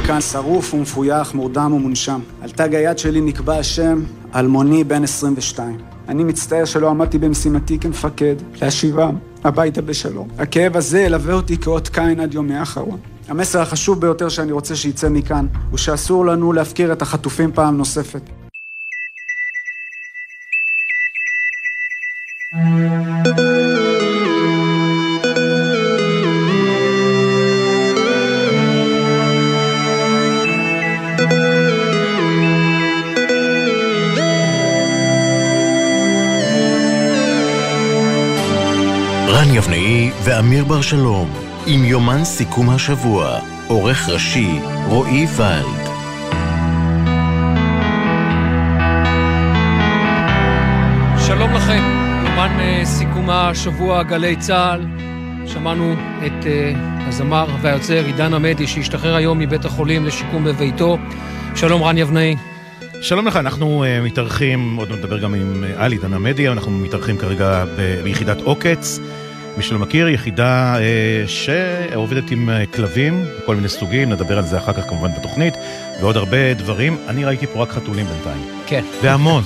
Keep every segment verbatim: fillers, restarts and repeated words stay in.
כאן שרוף ומפויח, מורדם ומונשם. על תג היד שלי נקבע השם אלמוני בן עשרים ושתיים. אני מצטער שלא עמדתי במשימתי כמפקד, להשיבם הביתה בשלום. הכאב הזה ילווה אותי כאות קין עד יומי האחרון. המסר החשוב ביותר שאני רוצה שיצא מכאן, הוא שאסור לנו להפקיר את החטופים פעם נוספת. רן יבנאי ואמיר בר שלום עם יומן סיכום השבוע, עורך ראשי רועי ולד. שלום לכם, יומן סיכום השבוע גלי צהל. שמענו את uh, הזמר והיוצר עידן עמדי שהשתחרר היום מבית החולים לשיקום בביתו. שלום רן יבנאי. שלום לך, אנחנו uh, מתארחים, עוד נדבר גם עם uh, על עידן עמדי, אנחנו מתארחים כרגע ב- ביחידת עוקץ. מי שלא מכיר, יחידה אה, שעובדת עם אה, כלבים, כל מיני סוגים, נדבר על זה אחר כך כמובן בתוכנית, ועוד הרבה דברים. אני ראיתי פה רק חתולים בינתיים. כן. והמון.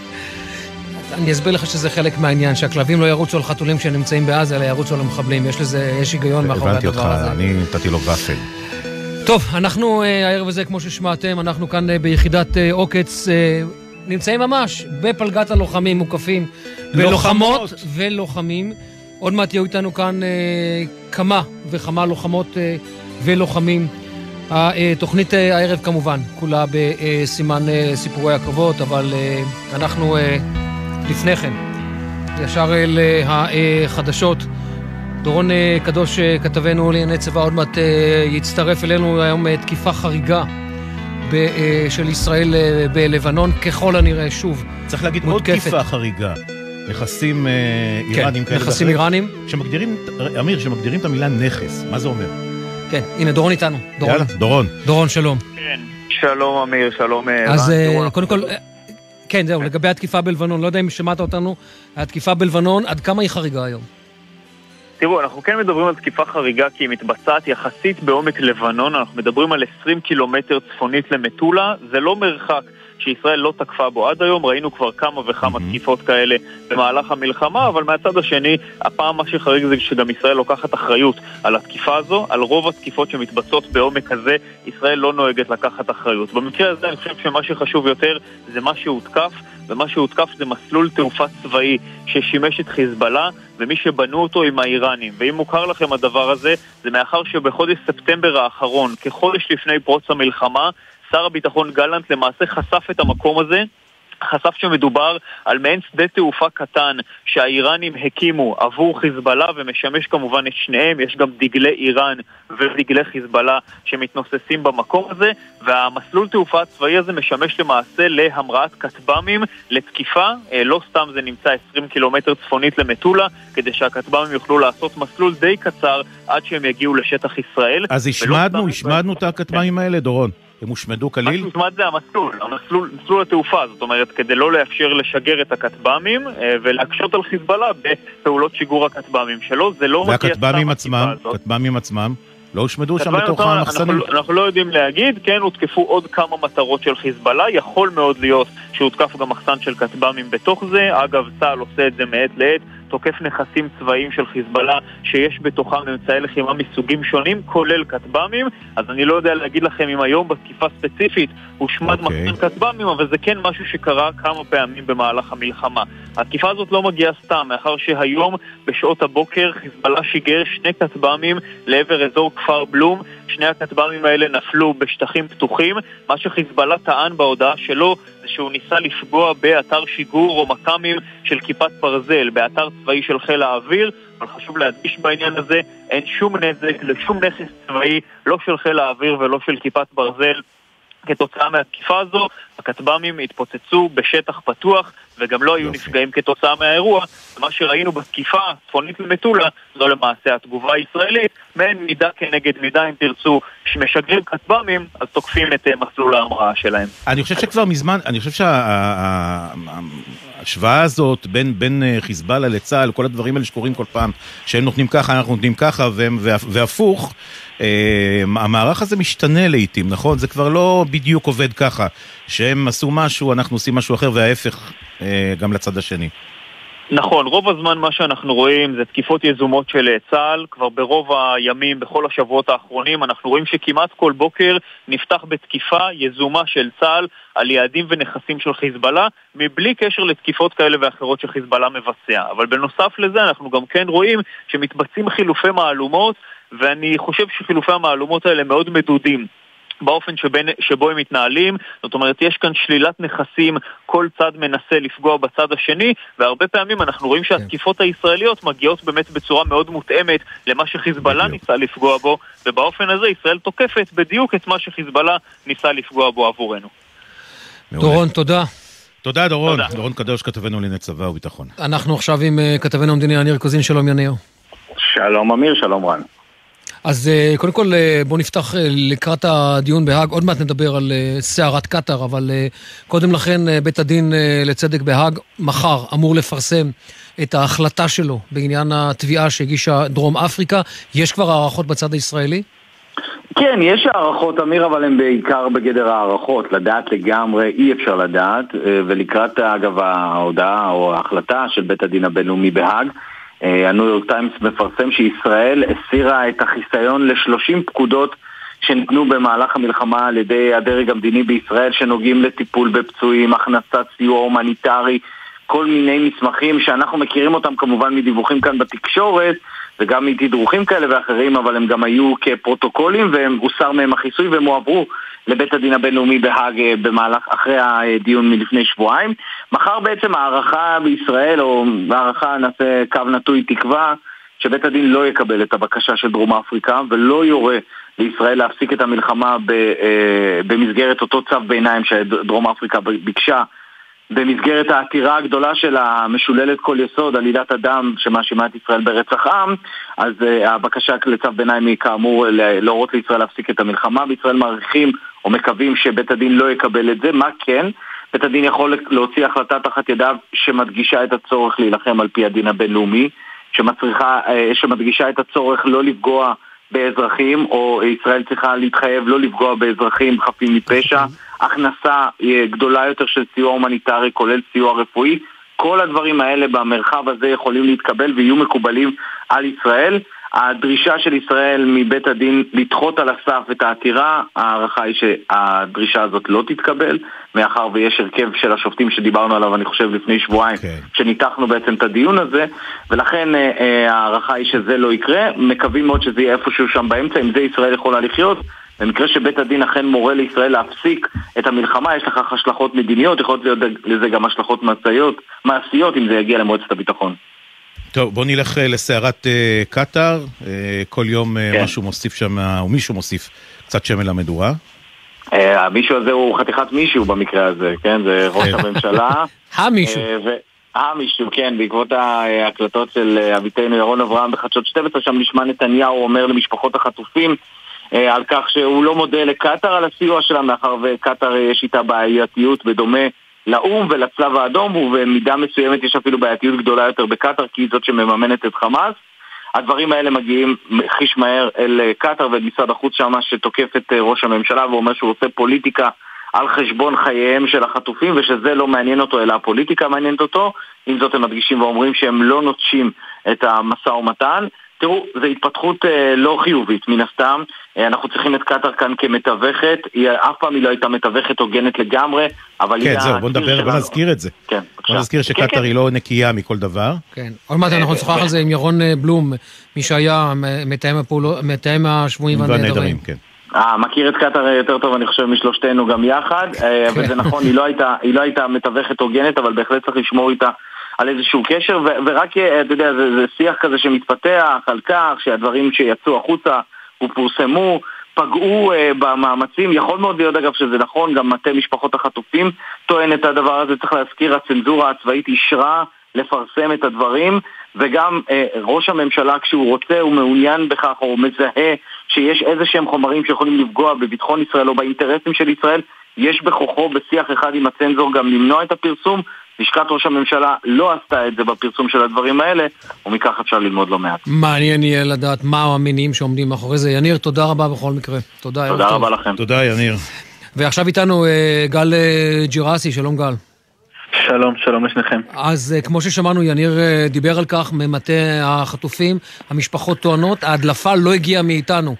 אני אסביר לך שזה חלק מהעניין, שהכלבים לא ירוצו על חתולים שנמצאים בעזה, אלא ירוצו על המחבלים. יש לזה, יש היגיון מאחורי הדבר הזה. הבנתי אותך, אני נתתי לו ופל. טוב, אנחנו, אה, הערב הזה, כמו ששמעתם, אנחנו כאן אה, ביחידת אה, עוקץ, אה, נמצאים ממש בפלגת הלוחמים מוקפים, ולוחמות ולוחמים. עוד מעט יהיו איתנו כאן אה, כמה וכמה לוחמות אה, ולוחמים. התוכנית אה, הערב כמובן, כולה בסימן אה, סיפורי הקרבות, אבל אה, אנחנו אה, לפני כן, ישר אל אה, החדשות. דורון אה, קדוש אה, כתבנו לענייני צבא עוד מעט אה, יצטרף אלינו היום אה, תקיפה חריגה ב, אה, של ישראל אה, בלבנון, ככל הנראה שוב. צריך להגיד מותקפת. עוד תקיפה חריגה. נכסים איראנים כאלה. כן, נכסים איראנים. שמגדירים, אמיר, שמגדירים את המילה נכס. מה זה אומר? כן, הנה, דורון איתנו. יאללה, דורון. דורון, שלום. כן, שלום אמיר, שלום רן. אז קודם כל, כן, זהו, לגבי התקיפה בלבנון, לא יודע אם שמעת אותנו, התקיפה בלבנון, עד כמה היא חריגה היום? תראו, אנחנו כן מדברים על תקיפה חריגה כי היא מתבצעת יחסית בעומק לבנון, אנחנו מדברים על עשרים קילומטר צפונית למטולה, זה לא מרחק שישראל לא תקפה בו עד היום, ראינו כבר כמה וכמה תקיפות כאלה במהלך המלחמה, אבל מהצד השני, הפעם מה שחריג זה שגם ישראל לוקחת אחריות על התקיפה הזו, על רוב התקיפות שמתבצעות בעומק הזה, ישראל לא נוהגת לקחת אחריות. במקרה הזה אני חושב שמה שחשוב יותר זה מה שהותקף, ומה שהותקף זה מסלול תעופה צבאי ששימש את חיזבאללה, ומי שבנו אותו עם האיראנים. ואם מוכר לכם הדבר הזה, זה מאחר שבחודש ספטמבר האחרון, כחודש לפני פרוץ המלחמה, שר הביטחון גלנט למעשה חשף את המקום הזה, חשף שמדובר על מעין שדה תעופה קטן שהאיראנים הקימו עבור חיזבאללה ומשמש כמובן את שניהם, יש גם דגלי איראן ודגלי חיזבאללה שמתנוססים במקום הזה, והמסלול תעופה הצבאי הזה משמש למעשה להמראת כטב"מים לתקיפה, לא סתם זה נמצא עשרים קילומטר צפונית למטולה, כדי שהכטב"מים יוכלו לעשות מסלול די קצר עד שהם יגיעו לשטח ישראל. אז השמדנו, השמדנו את הכטב"מים האלה, דורון? הם הושמדו כליל? מה שהושמד זה המסלול, המסלול, מסלול התעופה, זאת אומרת, כדי לא לאפשר לשגר את הכטב"מים ולהקשות על חיזבאללה בפעולות שיגור הכטב"מים שלו, זה לא... והכטב"מים עצמם, הכטב"מים עצמם, לא הושמדו שם בתוך המחסנים? אנחנו, אנחנו לא יודעים להגיד, כן, הותקפו עוד כמה מטרות של חיזבאללה, יכול מאוד להיות שהותקף גם מחסן של כטב"מים בתוך זה, אגב, צה"ל עושה את זה מעת לעת, תוקף נכסים צבאיים של חיזבאללה שיש בתוכם אמצעי לחימה מסוגים שונים, כולל כטב"מים, אז אני לא יודע להגיד לכם אם היום בתקיפה ספציפית הושמד okay. מחסן כטב"מים, אבל זה כן משהו שקרה כמה פעמים במהלך המלחמה. התקיפה הזאת לא מגיעה סתם, מאחר שהיום בשעות הבוקר חיזבאללה שיגר שני כטב"מים לעבר אזור כפר בלום, שני הכטב"מים האלה נפלו בשטחים פתוחים, מה שחיזבאללה טען בהודעה שלו זה שהוא ניסה לפגוע באתר שיגור או מקמים של כיפת ברזל, באתר צבאי של חיל האוויר, אבל חשוב להדגיש בעניין הזה, אין שום נזק לשום נכס צבאי, לא של חיל האוויר ולא של כיפת ברזל. כתוצאה מהתקיפה הזו, הכטב"מים התפוצצו בשטח פתוח, וגם לא היו נפגעים כתוצאה מהאירוע. מה שראינו בתקיפה צפונית למטולה, זו למעשה התגובה הישראלית, מעין מידה כנגד מידה, אם תרצו, שמשגרים כטב"מים, אז תוקפים את מסלול ההמראה שלהם. אני חושב שכבר מזמן, אני חושב ההשוואה הזאת בין, בין חיזבאללה לצה"ל, כל הדברים האלה שקורים כל פעם, שהם נותנים ככה, אנחנו נותנים ככה, והם, והפוך, המערך הזה משתנה לעתים, נכון? זה כבר לא בדיוק עובד ככה, שהם עשו משהו, אנחנו עושים משהו אחר, וההפך גם לצד השני. נכון, רוב הזמן מה שאנחנו רואים זה תקיפות יזומות של צה"ל, כבר ברוב הימים, בכל השבועות האחרונים, אנחנו רואים שכמעט כל בוקר נפתח בתקיפה יזומה של צה"ל על יעדים ונכסים של חיזבאללה, מבלי קשר לתקיפות כאלה ואחרות שחיזבאללה מבצע. אבל בנוסף לזה אנחנו גם כן רואים שמתבצעים חילופי מעלומות, ואני חושב שחילופי המעלומות האלה מאוד מדודים באופן שבין, שבו הם מתנהלים. זאת אומרת, יש כאן שלילת נכסים, כל צד מנסה לפגוע בצד השני, והרבה פעמים אנחנו רואים שהתקיפות הישראליות מגיעות באמת בצורה מאוד מותאמת למה שחיזבאללה ניסה לפגוע בו, ובאופן הזה ישראל תוקפת בדיוק את מה שחיזבאללה ניסה לפגוע בו עבורנו. דורון, תודה. תודה דורון, תודה. דורון קדוש, כתבנו לענייני צבא וביטחון. אנחנו עכשיו עם כתבנו המדיני יניר קוזין. שלום יניר. שלום אמיר, שלום רן. אז קודם כל בוא נפתח לקראת הדיון בהאג, עוד מעט נדבר על סערת קטר, אבל קודם לכן בית הדין לצדק בהאג מחר אמור לפרסם את ההחלטה שלו בעניין התביעה שהגישה דרום אפריקה. יש כבר הערכות בצד הישראלי? כן, יש הערכות אמיר, אבל הן בעיקר בגדר הערכות. לדעת לגמרי אי אפשר לדעת, ולקראת אגב ההודעה או ההחלטה של בית הדין הבינלאומי בהאג, הניו יורק טיימס מפרסם שישראל הסירה את החיסיון ל-שלושים פקודות שניתנו במהלך המלחמה על ידי הדרג המדיני בישראל, שנוגעים לטיפול בפצועים, הכנסת סיוע הומניטרי, כל מיני מסמכים שאנחנו מכירים אותם כמובן מדיווחים כאן בתקשורת וגם מתדרוכים כאלה ואחרים, אבל הם גם היו כפרוטוקולים והם הוסר מהם החיסוי והם הועברו לבית הדין הבינלאומי בהאג במהלך אחרי הדיון מלפני שבועיים. מחר בעצם הערכה בישראל, או הערכה נעשה קו נטוי תקווה, שבית הדין לא יקבל את הבקשה של דרום אפריקה ולא יורה לישראל להפסיק את המלחמה במסגרת אותו צו ביניים שדרום אפריקה ביקשה, במסגרת העתירה הגדולה של המשוללת כל יסוד, עלילת הדם שמאשימה את ישראל ברצח עם. אז uh, הבקשה לצו ביניים היא כאמור להורות לישראל להפסיק את המלחמה. בישראל מעריכים או מקווים שבית הדין לא יקבל את זה. מה כן? בית הדין יכול להוציא החלטה תחת ידיו שמדגישה את הצורך להילחם על פי הדין הבינלאומי, שמצריכה, uh, שמדגישה את הצורך לא לפגוע באזרחים, או ישראל צריכה להתחייב לא לפגוע באזרחים חפים מפשע, הכנסה גדולה יותר של סיוע הומניטרי, כולל סיוע רפואי. כל הדברים האלה במרחב הזה יכולים להתקבל ויהיו מקובלים על ישראל. הדרישה של ישראל מבית הדין לדחות על הסף את העתירה, הערכה היא שהדרישה הזאת לא תתקבל, מאחר ויש הרכב של השופטים שדיברנו עליו, אני חושב, לפני שבועיים, okay. שניתחנו בעצם את הדיון הזה, ולכן הערכה היא שזה לא יקרה. מקווים מאוד שזה יהיה איפשהו שם באמצע, עם זה ישראל יכולה לחיות. במקרה שבית הדין אכן מורה לישראל להפסיק את המלחמה, יש לכך השלכות מדיניות, יכולות להיות לזה גם השלכות מעשיות, מעשיות אם זה יגיע למועצת הביטחון. טוב, בוא נלך לסערת uh, קטר. uh, כל יום uh, כן. משהו מוסיף שם, או מישהו מוסיף קצת שמן למדורה. Uh, המישהו הזה הוא חתיכת מישהו במקרה הזה, כן? זה ראש הממשלה. המישהו. המישהו, כן, בעקבות ההקלטות של אביתנו ירון אברהם בחדשות שתים עשרה, שם נשמע נתניהו אומר למשפחות החטופים uh, על כך שהוא לא מודה לקטר על הסיוע שלה, מאחר וקטר יש איתה בעייתיות בדומה לאום ולצלב האדום, ובמידה מסוימת יש אפילו בעייתיות גדולה יותר בקטר, כי היא זאת שמממנת את חמאס. הדברים האלה מגיעים חיש מהר אל קטר ואל משרד החוץ שם, שתוקף את ראש הממשלה ואומר שהוא עושה פוליטיקה על חשבון חייהם של החטופים, ושזה לא מעניין אותו, אלא הפוליטיקה מעניינת אותו. עם זאת הם מדגישים ואומרים שהם לא נוטשים את המשא ומתן. תראו, זו התפתחות אה, לא חיובית, מן הסתם. אה, אנחנו צריכים את קטר כאן כמתווכת. היא אף פעם היא לא הייתה מתווכת הוגנת לגמרי, אבל כן, היא... כן, זהו, בוא נדבר, בוא נזכיר את זה. כן, בוא נזכיר שקטר כן, כן. היא לא נקייה מכל דבר. כן, עוד מעט אנחנו נשוחח על זה עם ירון בלום, מי שהיה מתאם הפעולות, מתאם השבויים והנעדרים. כן. אה, מכיר את קטר יותר טוב, אני חושב, משלושתנו גם יחד, אבל זה נכון, היא לא הייתה, היא לא הייתה מתווכת הוגנת, אבל בהחלט צריך לשמור איתה על איזשהו קשר, ו- ורק, אתה יודע, זה, זה שיח כזה שמתפתח על כך שהדברים שיצאו החוצה ופורסמו, פגעו uh, במאמצים. יכול מאוד להיות אגב שזה נכון, גם מטה משפחות החטופים טוען את הדבר הזה. צריך להזכיר, הצנזורה הצבאית אישרה לפרסם את הדברים, וגם uh, ראש הממשלה כשהוא רוצה הוא מעוניין בכך או מזהה שיש איזה שהם חומרים שיכולים לפגוע בביטחון ישראל או באינטרסים של ישראל, יש בכוחו בשיח אחד עם הצנזור גם למנוע את הפרסום. לשכת ראש הממשלה לא עשתה את זה בפרסום של הדברים האלה, ומכך אפשר ללמוד לא מעט. מעניין יהיה לדעת מה המניעים שעומדים מאחורי זה. יניר, תודה רבה בכל מקרה. תודה, תודה רבה לכם. תודה, יניר. ועכשיו איתנו גל ג'ירסי, שלום גל. שלום, שלום לשניכם. אז כמו ששמענו, יניר דיבר על כך, ממטה החטופים, המשפחות טוענות, ההדלפה לא הגיעה מאיתנו.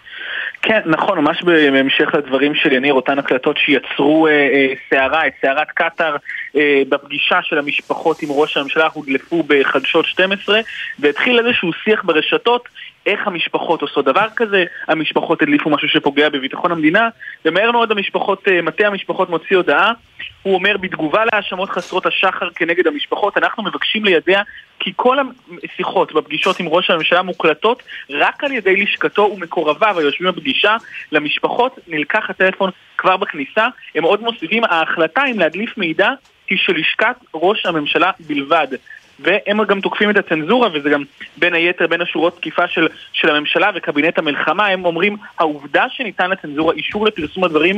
כן, נכון, ממש בהמשך לדברים של יניר, אותן הקלטות שיצרו אה, אה, סערה, את סערת קטר אה, בפגישה של המשפחות עם ראש הממשלה, הודלפו בחדשות שתים עשרה, והתחיל איזשהו שיח ברשתות, איך המשפחות עושות דבר כזה, המשפחות הדליפו משהו שפוגע בביטחון המדינה, ומהר מאוד המשפחות, אה, מטה המשפחות מוציא הודעה, הוא אומר, בתגובה להאשמות חסרות השחר כנגד המשפחות, אנחנו מבקשים לידע כי כל השיחות בפגישות עם ראש הממשלה מוקלטות רק על ידי לשכתו ומקורביו היושבים בפגישה. למשפחות נלקח הטלפון כבר בכניסה. הם עוד מוסיפים, ההחלטה אם להדליף מידע היא של לשכת ראש הממשלה בלבד. והם גם תוקפים את הצנזורה, וזה גם בין היתר בין השורות תקיפה של, של הממשלה וקבינט המלחמה. הם אומרים, העובדה שניתן לצנזורה אישור לפרסום הדברים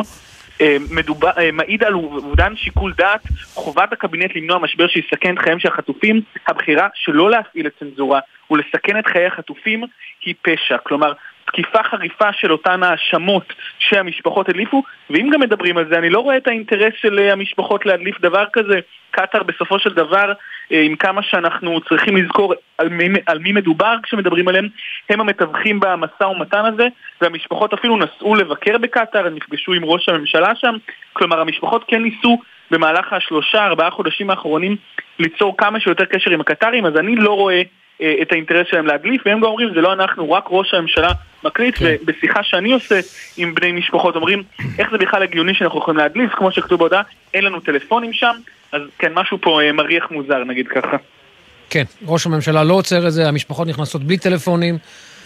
מדובר, מעיד על אובדן שיקול דעת, חובת הקבינט למנוע משבר שיסכן את חייהם של החטופים. הבחירה שלא להפעיל את צנזורה ולסכן את חיי החטופים היא פשע. כלומר, תקיפה חריפה של אותן האשמות שהמשפחות הדליפו, ואם גם מדברים על זה, אני לא רואה את האינטרס של המשפחות להדליף דבר כזה. קטר בסופו של דבר, עם כמה שאנחנו צריכים לזכור על מי, על מי מדובר כשמדברים עליהם, הם המתווכים במשא ומתן הזה, והמשפחות אפילו נסעו לבקר בקטר, הם נפגשו עם ראש הממשלה שם. כלומר, המשפחות כן ניסו במהלך השלושה, ארבעה חודשים האחרונים ליצור כמה שיותר קשר עם הקטרים, אז אני לא רואה את האינטרס שלהם להדליף, והם גם אומרים, זה לא אנחנו, רק ראש הממשלה מקליט, כן. ובשיחה שאני עושה עם בני משפחות, אומרים, איך זה בכלל הגיוני שאנחנו יכולים להדליף, כמו שכתוב בהודעה, אין לנו טלפונים שם, אז כן, משהו פה מריח מוזר, נגיד ככה. כן, ראש הממשלה לא עוצר את זה, המשפחות נכנסות בלי טלפונים,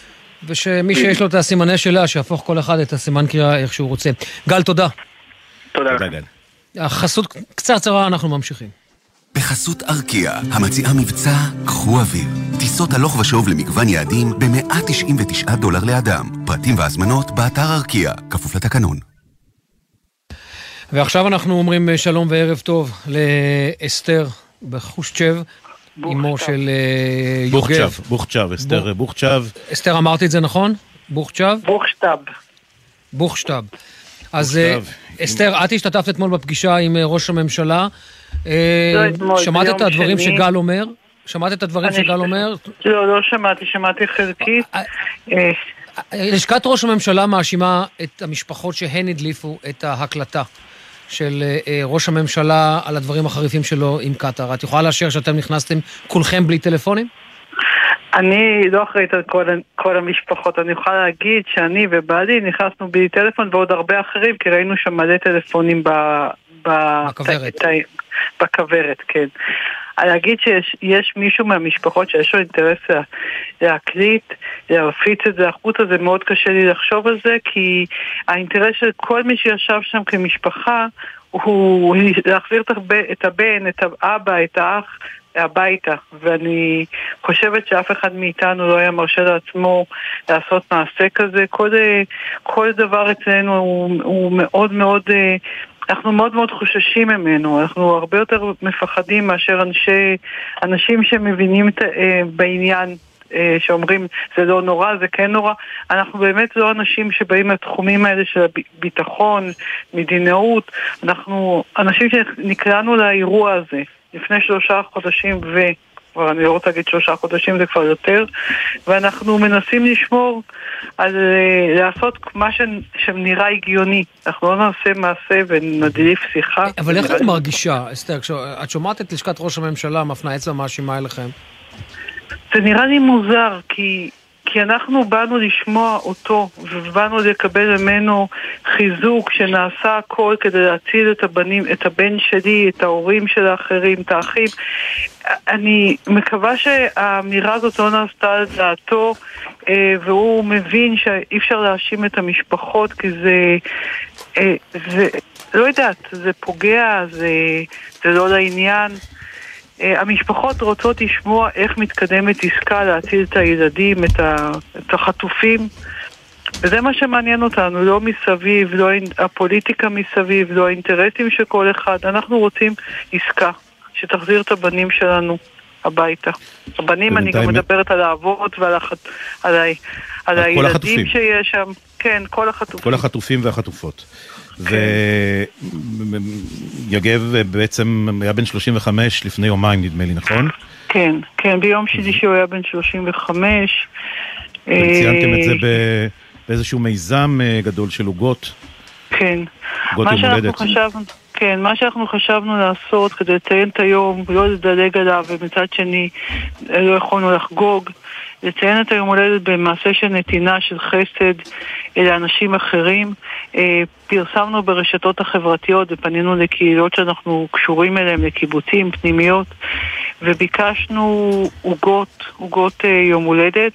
ושמי שיש לו את הסימני שלה, שיהפוך כל אחד את הסימן קריאה איך שהוא רוצה. גל, תודה. תודה. תודה, גל. החסות קצרצרה, אנחנו ממשיכים. בחסות ארקיע, המציעה מבצע קחו אוויר. טיסות הלוך ושוב למגוון יעדים ב-מאה תשעים ותשעה דולר לאדם. פרטים והזמנות באתר ארקיע, כפוף לתקנון. ועכשיו אנחנו אומרים שלום וערב טוב לאסתר בחושצ'ב, אמו של יוגב. בוחצ'ב, בוחצ'ב, אסתר בוחצ'ב. אסתר, אמרתי את זה נכון? בוחצ'ב? בוחשטב. בוחשטב. אז אסתר, את השתתפת אתמול בפגישה עם ראש הממשלה. שמעת את הדברים שגל אומר? שמעת את הדברים שגל אומר? לא, לא שמעתי, שמעתי חלקית. לשכת ראש הממשלה מאשימה את המשפחות שהן הדליפו את ההקלטה של ראש הממשלה על הדברים החריפים שלו עם קטר. את יכולה לאשר שאתם נכנסתם כולכם בלי טלפונים? אני לא אחראית על כל, כל המשפחות. אני יכולה להגיד שאני ובעלי נכנסנו בלי טלפון ועוד הרבה אחרים, כי ראינו שם מלא טלפונים ב... בכוורת. בכוורת, כן. להגיד שיש מישהו מהמשפחות שיש לו אינטרס להקליט, להרפיץ את זה החוצה, זה מאוד קשה לי לחשוב על זה, כי האינטרס של כל מי שישב שם כמשפחה הוא להחזיר את הבן, את האבא, את האח הביתה, ואני חושבת שאף אחד מאיתנו לא היה מרשה לעצמו לעשות מעשה כזה. כל, כל דבר אצלנו הוא, הוא מאוד מאוד, אנחנו מאוד מאוד חוששים ממנו, אנחנו הרבה יותר מפחדים מאשר אנשי, אנשים שמבינים את, בעניין, שאומרים זה לא נורא, זה כן נורא. אנחנו באמת לא אנשים שבאים לתחומים האלה של ביטחון, מדינאות, אנחנו אנשים שנקראנו לאירוע הזה לפני שלושה חודשים, וכבר אני לא רוצה להגיד שלושה חודשים, זה כבר יותר, ואנחנו מנסים לשמור על לעשות מה שנראה הגיוני. אנחנו לא נעשה מעשה ונדליף שיחה. אבל איך את מרגישה, אסתר, כשאת שומעת את לשכת ראש הממשלה מפנה אצבע מאשימה אליכם? זה נראה לי מוזר, כי כי אנחנו באנו לשמוע אותו, ובאנו לקבל ממנו חיזוק שנעשה הכל כדי להציל את הבנים, את הבן שלי, את ההורים של האחרים, את האחים. אני מקווה שהאמירה הזאת לא נעשתה על דעתו, והוא מבין שאי אפשר להאשים את המשפחות, כי זה, זה לא יודעת, זה פוגע, זה, זה לא לעניין. המשפחות רוצות לשמוע איך מתקדמת עסקה להציל את הילדים, את, ה, את החטופים, וזה מה שמעניין אותנו, לא מסביב, לא הפוליטיקה מסביב, לא האינטרסים של כל אחד. אנחנו רוצים עסקה, שתחזיר את הבנים שלנו הביתה. הבנים, אני גם מדברת על האבות ועל החט... על ה... על הילדים שיש שם. כן, כל החטופים. כל החטופים והחטופות. ויגב בעצם היה בן שלושים וחמש לפני יומיים, נדמה לי, נכון? כן, כן, ביום שני שהוא היה בן שלושים וחמש. ציינתם את זה באיזשהו מיזם גדול של עוגות. כן. עוגות יום הולדת. כן, מה שאנחנו חשבנו לעשות כדי לציין את היום, לא לדלג עליו, ומצד שני לא יכולנו לחגוג, לציין את היום הולדת במעשה של נתינה, של חסד לאנשים אחרים. פרסמנו ברשתות החברתיות ופנינו לקהילות שאנחנו קשורים אליהם, לקיבוצים, פנימיות, וביקשנו עוגות, עוגות יום הולדת,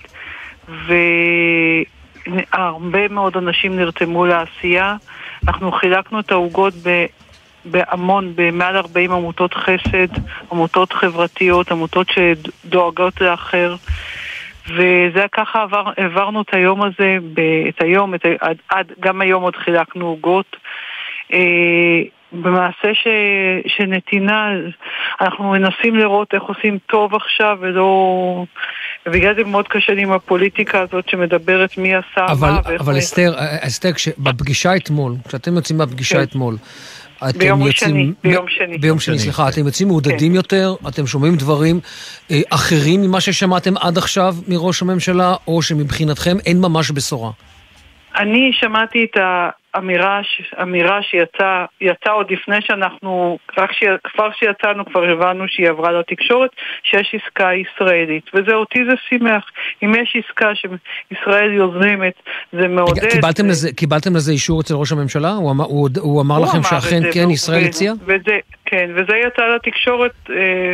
והרבה מאוד אנשים נרתמו לעשייה. אנחנו חילקנו את העוגות ב... בהמון, במעל ארבעים עמותות חסד, עמותות חברתיות, עמותות שדואגות לאחר, וזה ככה עבר, העברנו את היום הזה, את היום, את, עד, עד, גם היום עוד חילקנו עוגות, אה, במעשה ש, שנתינה, אנחנו מנסים לראות איך עושים טוב עכשיו, ולא... ובגלל זה מאוד קשה לי עם הפוליטיקה הזאת שמדברת מי עשה אבל, מה. אבל אסתר, אסתר, בפגישה אתמול, כשאתם יוצאים בפגישה אתמול, ביום שני, ביום שני. ביום שני, סליחה, אתם יוצאים מעודדים יותר, אתם שומעים דברים אחרים ממה ששמעתם עד עכשיו מראש הממשלה, או שמבחינתכם אין ממש בשורה? אני שמעתי את האמירה, אמירה שיצאה, יצאה עוד לפני שאנחנו, רק כבר שיצאנו כבר הבנו שהיא עברה לתקשורת, שיש עסקה ישראלית, וזה אותי זה שימח. אם יש עסקה שישראל יוזמת, זה מעודד. קיבלתם לזה, קיבלתם לזה אישור אצל ראש הממשלה? הוא אמר, הוא, הוא אמר לכם שאכן כן ישראל הציע? וזה, כן, וזה יצא לתקשורת,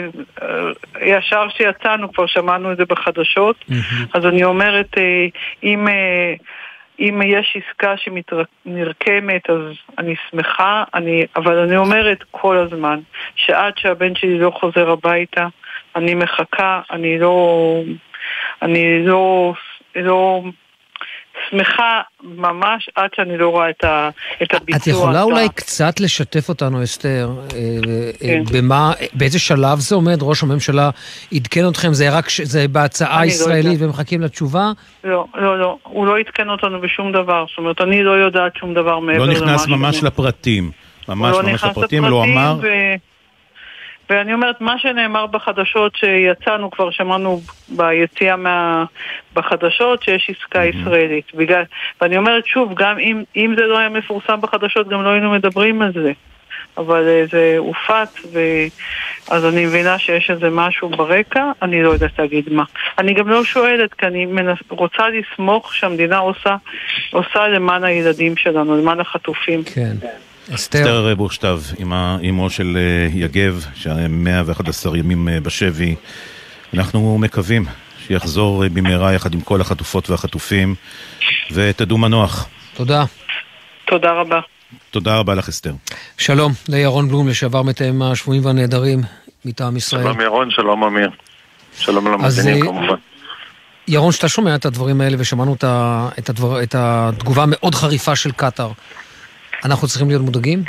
ישר שיצאנו, כבר שמענו את זה בחדשות, אז אני אומרת, אם... אם יש עסקה שנרקמת, אז אני שמחה, אני, אבל אני אומרת כל הזמן, שעד שהבן שלי לא חוזר הביתה, אני מחכה, אני לא, אני לא, לא שמחה ממש עד שאני לא רואה את, ה, את הביצוע. את יכולה אולי קצת לשתף אותנו, אסתר, כן. במה, באיזה שלב זה עומד? ראש הממשלה עדכן אתכם, זה רק, זה בהצעה ישראלית לא ומחכים לתשובה? לא, לא, לא, הוא לא עדכן אותנו בשום דבר, זאת אומרת, אני לא יודעת שום דבר מעבר למה. לא נכנס ממש שאני... לפרטים, ממש לא ממש לפרטים, לא אמר... ו... ואני אומרת, מה שנאמר בחדשות שיצאנו, כבר שמענו ביציאה מה... בחדשות שיש עסקה ישראלית. בגלל... ואני אומרת שוב, גם אם, אם זה לא היה מפורסם בחדשות, גם לא היינו מדברים על זה. אבל זה הופץ, ו... אז אני מבינה שיש איזה משהו ברקע, אני לא יודעת להגיד מה. אני גם לא שואלת, כי אני מנס... רוצה לסמוך שהמדינה עושה, עושה למען הילדים שלנו, למען החטופים. כן. אסתר בורשטב, אמו של יגב, ש-מאה ואחד עשר ימים בשבי. אנחנו מקווים שיחזור במהרה יחד עם כל החטופות והחטופים, ותדעו מנוח. תודה. תודה רבה. תודה רבה לך, אסתר. שלום, לירון בלום, לשעבר מתאם השבויים והנעדרים מטעם ישראל. שלום ירון, שלום אמיר. שלום למאזינים כמובן. ירון, שאתה שומע את הדברים האלה, ושמענו את, הדבר, את התגובה המאוד חריפה של קטר, אנחנו צריכים להיות מודאגים?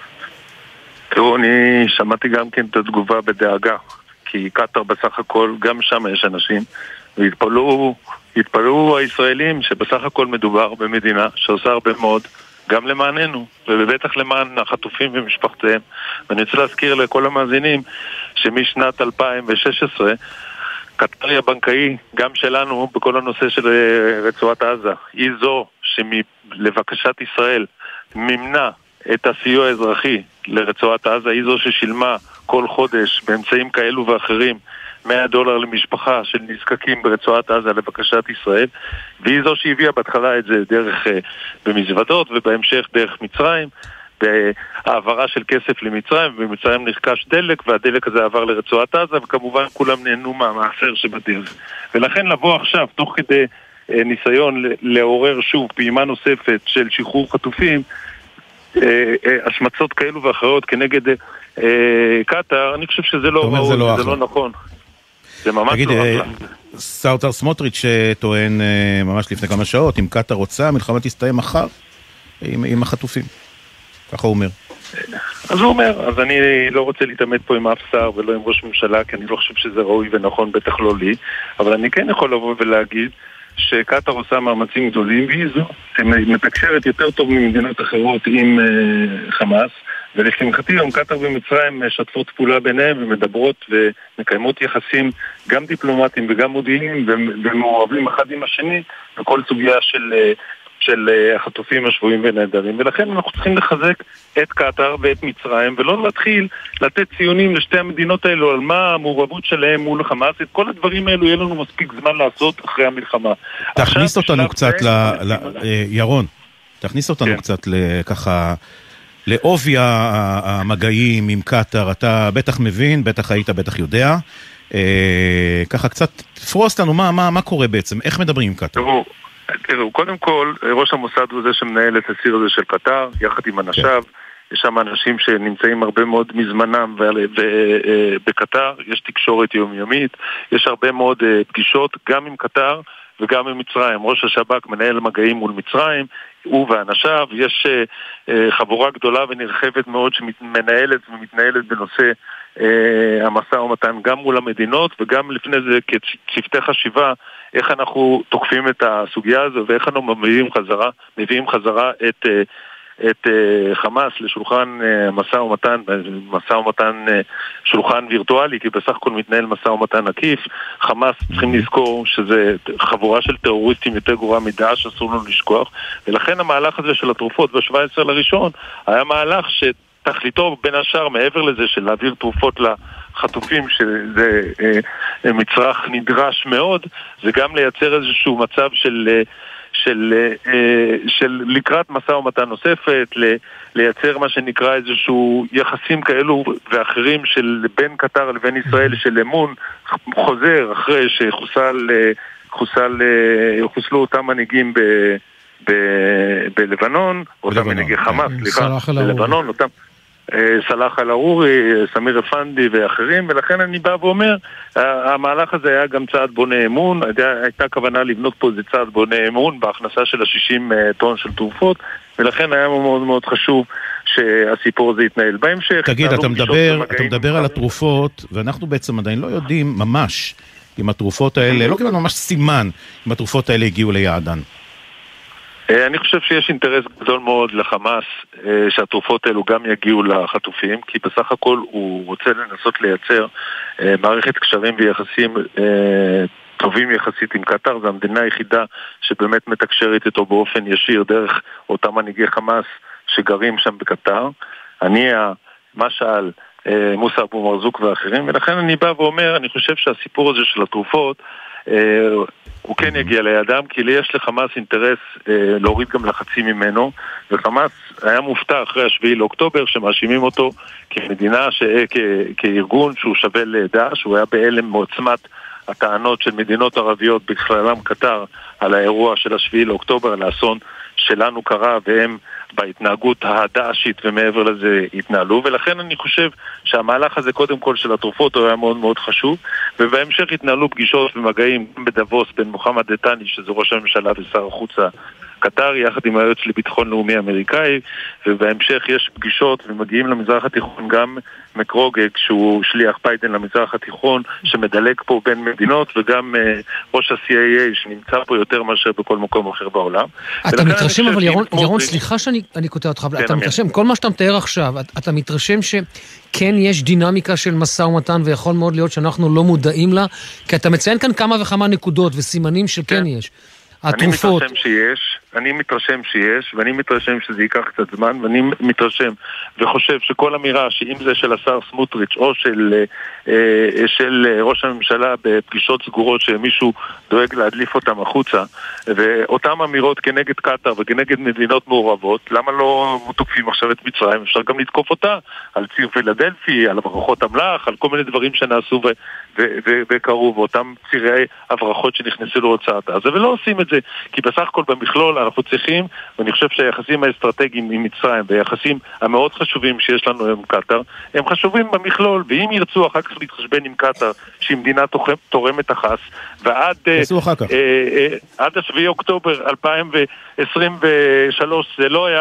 תראו, אני שמעתי גם כן את התגובה בדאגה, כי קטר בסך הכל, גם שם יש אנשים, והתפלאו, התפלאו הישראלים שבסך הכל מדובר במדינה שעושה הרבה מאוד, גם למעננו, ובטח למען החטופים ומשפחתיהם. ואני רוצה להזכיר לכל המאזינים, שמשנת אלפיים ושש עשרה, קטר היא הבנקאי, גם שלנו, בכל הנושא של רצועת עזה, היא זו שלבקשת ישראל, מימנה את הסיוע האזרחי לרצועת עזה, היא זו ששילמה כל חודש באמצעים כאלו ואחרים מאה דולר למשפחה של נזקקים ברצועת עזה לבקשת ישראל, והיא זו שהביאה בהתחלה את זה דרך במזוודות ובהמשך דרך מצרים, בהעברה של כסף למצרים, ובמצרים נרכש דלק והדלק הזה עבר לרצועת עזה, וכמובן כולם נהנו מהמעשר שבדרך. ולכן לבוא עכשיו תוך כדי ניסיון לעורר שוב פעימה נוספת של שחרור חטופים, השמצות כאלו ואחרות כנגד קטר, אני חושב שזה לא ראוי, זה לא נכון. זה ממש לא אחלה. סאוטר סמוטריץ' טוען ממש לפני כמה שעות, אם קטר רוצה, המלחמה תסתיים מחר עם החטופים. ככה הוא אומר. אז הוא אומר, אז אני לא רוצה להתעמת פה עם אף שר ולא עם ראש ממשלה, כי אני לא חושב שזה ראוי ונכון, בטח לא לי, אבל אני כן יכול לבוא ולהגיד שקטר עושה מאמצים גדולים, והיא זו, מתקשרת יותר טוב ממדינות אחרות עם uh, חמאס, ולשמחתי גם קטר ומצרים שתפות פעולה ביניהם ומדברות ומקיימות יחסים גם דיפלומטיים וגם מודיעיניים ומעורבים אחד עם השני בכל סוגיה של, של החטופים השבויים ונעדרים, ולכן אנחנו צריכים לחזק את קטר ואת מצרים ולא להתחיל לתת ציונים לשתי המדינות האלו על מה המעורבות שלהם מול חמאס. את כל הדברים האלו יהיה לנו מספיק זמן לעשות אחרי המלחמה. תכניס אותנו קצת ל... ירון, תכניס אותנו קצת לככה לעובי המגעים עם קטר. אתה בטח מבין, בטח היית, בטח יודע. ככה קצת תפרוס לנו מה, מה, מה קורה בעצם, איך מדברים עם קטר? תראו, תראו, קודם כל, ראש המוסד הוא זה שמנהל את הסיר הזה של קטר, יחד עם אנשיו. יש שם אנשים שנמצאים הרבה מאוד מזמנם בקטר, יש תקשורת יומיומית, יש הרבה מאוד פגישות גם עם קטר וגם עם מצרים. ראש השב"כ מנהל מגעים מול מצרים, הוא ואנשיו. יש חבורה גדולה ונרחבת מאוד שמנהלת ומתנהלת בנושא המשא ומתן גם מול המדינות, וגם לפני זה כצוותי חשיבה איך אנחנו תוקפים את הסוגיה הזו ואיך אנחנו מביאים חזרה, מביאים חזרה את את חמאס לשולחן משא ומתן, משא ומתן שולחן וירטואלי, כי בסך הכל מתנהל משא ומתן עקיף. חמאס צריכים לזכור שזה חבורה של טרוריסטים יותר גרועה מדאעש, אסור לנו לשכוח, ולכן המהלך הזה של התרופות ב-שבעה עשר לראשון היה מהלך שתכליתו בין השאר מעבר לזה של להעביר תרופות לחטופים, שזה מצרך נדרש מאוד, זה גם לייצר איזשהו מצב של של, של לקראת משא ומתן נוספת, לייצר מה שנקרא איזשהו יחסים כאלו ואחרים של בין קטר לבין ישראל, של אמון חוזר אחרי שחוסל חוסל, חוסלו אותם מנהיגים ב, ב, בלבנון, אותם מנהיגי חמאס, סליחה, בלבנון, אותם סלאח אל-ערורי, סמיר אפנדי ואחרים, ולכן אני בא ואומר, המהלך הזה היה גם צעד בונה אמון, הייתה כוונה לבנות פה איזה צעד בונה אמון בהכנסה של ה-שישים טון של תרופות, ולכן היה מאוד מאוד חשוב שהסיפור הזה יתנהל. בהמשך... תגיד, אתה מדבר, אתה מדבר על התרופות, ואנחנו בעצם עדיין לא יודעים ממש אם התרופות האלה, לא קיבלנו ממש סימן אם התרופות האלה הגיעו ליעדן. אני חושב שיש אינטרס גדול מאוד לחמאס שהתרופות האלו גם יגיעו לחטופים, כי בסך הכל הוא רוצה לנסות לייצר מערכת קשרים ויחסים טובים יחסית עם קטר. זו המדינה היחידה שבאמת מתקשרת איתו באופן ישיר דרך אותם מנהיגי חמאס שגרים שם בקטר. אני המשל מוסא אבו מרזוק ואחרים, ולכן אני בא ואומר, אני חושב שהסיפור הזה של התרופות הוא כן יגיע לידם, כי לי יש לחמאס אינטרס אה, להוריד גם לחצים ממנו, וחמאס היה מופתע אחרי השביעי לאוקטובר שמאשימים אותו כמדינה, ש... כ... כארגון שהוא שווה לדאעש. הוא היה בהלם מעוצמת הטענות של מדינות ערביות בכללם קטר על האירוע של השביעי לאוקטובר, על האסון שלנו קרה, והם בהתנהגות הדאעשית ומעבר לזה התנהלו, ולכן אני חושב שהמהלך הזה קודם כל של התרופות הוא היה מאוד מאוד חשוב, ובהמשך התנהלו פגישות ומגעים בדבוס בין מוחמד דתני, שזה ראש הממשלה ושר החוץ הקטר, יחד עם היועץ לביטחון לאומי אמריקאי, ובהמשך יש פגישות ומגיעים למזרח התיכון גם מקרוגג, שהוא שליח ביידן למזרח התיכון, שמדלג פה בין מדינות, וגם uh, ראש ה-סי איי איי שנמצא פה יותר מאשר בכל מקום אחר בעולם. אתה מתרשם, אבל ירון, ירון סליחה שאני קוטע אותך, אבל אתה מתרשם, כל מה שאתה מתאר עכשיו, אתה מתרשם שכן יש דינמיקה של משא ומתן, ויכול מאוד להיות שאנחנו לא מודעים לה, כי אתה מציין כאן כמה וכמה נקודות וסימנים שכן יש. התרופות. אני מתרשם שיש, אני מתרשם שיש, ואני מתרשם שזה ייקח קצת זמן, ואני מתרשם וחושב שכל אמירה, שאם זה של השר סמוטריץ' או של, אה, של ראש הממשלה בפגישות סגורות שמישהו דואג להדליף אותם החוצה, ואותם אמירות כנגד קטר וכנגד מדינות מעורבות, למה לא תוקפים עכשיו את מצרים? אפשר גם לתקוף אותה על ציר פילדלפי, על הברחות אמל"ח, על כל מיני דברים שנעשו ו... וקרו, ואותם צירי הברחות שנכנסו להוצאת עזה, ולא עושים את זה, כי בסך הכל במכלול אנחנו צריכים, ואני חושב שהיחסים האסטרטגיים עם מצרים, והיחסים המאוד חשובים שיש לנו עם קטר, הם חשובים במכלול, ואם ירצו אחר כך להתחשבן עם קטר, שהיא מדינה תורמת החס, ועד עד השביעי אוקטובר אלפיים עשרים ושלוש זה לא היה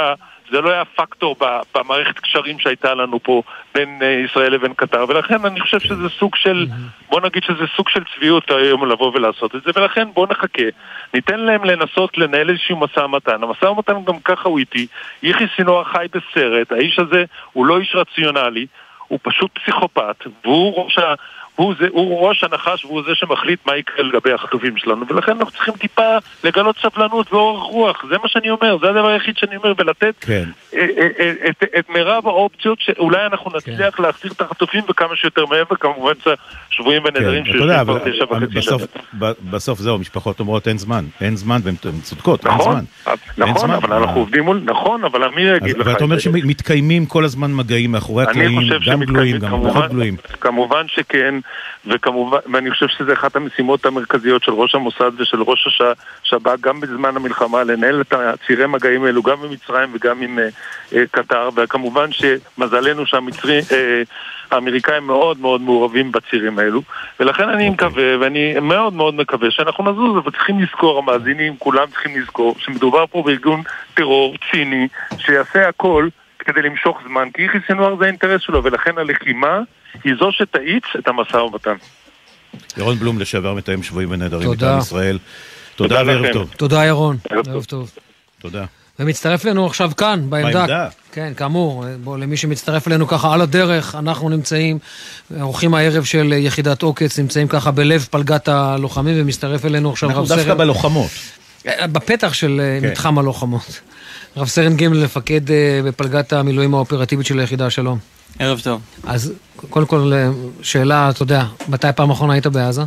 זה לא היה פקטור במערכת קשרים שהייתה לנו פה בין ישראל לבין קטר, ולכן אני חושב שזה סוג של, בוא נגיד שזה סוג של צביעות היום לבוא ולעשות את זה, ולכן בוא נחכה, ניתן להם לנסות לנהל איזשהו מסע ומתן. המסע ומתן גם ככה הוא איתי, יחיא סינואר חי בסרט, האיש הזה הוא לא איש רציונלי, הוא פשוט פסיכופת, והוא ראש ה... הוא, זה, הוא ראש הנחש והוא זה שמחליט מה יקרה לגבי החטופים שלנו, ולכן אנחנו צריכים טיפה לגלות סבלנות ואורך רוח, זה מה שאני אומר, זה הדבר היחיד שאני אומר, ולתת כן. את, את, את, את מירב האופציות שאולי אנחנו נצליח כן. להחזיר את החטופים וכמה שיותר מהם, וכמובן שבויים ונדרים כן. שיושבים כבר תשע וחצי בסוף, בסוף זהו, משפחות אומרות אין זמן, אין זמן, והן צודקות, נכון, אין זמן. נכון, אבל אנחנו עובדים מול, נכון, אבל מי יגיד לך? ואתה אומר שמתקיימים כל הזמן מגעים מאחורי הקלעים, גם גלויים, גם פחות גלויים. כמובן שכן, וכמובן, ואני חושב שזה אחת המשימות המרכזיות של ראש המוסד ושל ראש השב"כ, גם בזמן המלחמה, לנהל את הצירי מגעים האלו, גם במצרים וגם עם uh, קטר, וכמובן שמזלנו שהמצרי, uh, האמריקאים מאוד מאוד מעורבים בצירים האלו, ולכן אני okay. מקווה, ואני מאוד מאוד מקווה שאנחנו נזוז, אבל צריכים לזכור, המאזינים, כולם צריכים לזכור, שמדובר פה בארגון טרור ציני, שיעשה הכל כדי למשוך זמן, כי יחיא סינואר זה האינטרס שלו, ולכן הלחימה היא זו שתאיץ את המשא ומתן. ירון בלום, לשעבר מתאם שבויים ונעדרים מטעם ישראל. תודה וערב טוב. תודה ירון. ערב טוב. תודה. ומצטרף לנו עכשיו כאן, בעמדה. בעמדה. כן, כאמור, בוא, למי שמצטרף אלינו ככה על הדרך, אנחנו נמצאים, אורחים הערב של יחידת עוקץ, נמצאים ככה בלב פלגת הלוחמים, ומצטרף אלינו עכשיו רב סרן. אנחנו דווקא בלוחמות. בפתח של כן. מתחם הלוחמות. רב סרן גימל, לפקד בפלגת המילואים האופרטיבית של היחידה. שלום. ערב טוב. אז קודם כל, שאלה, אתה יודע, מתי פעם אחרונה היית בעזה?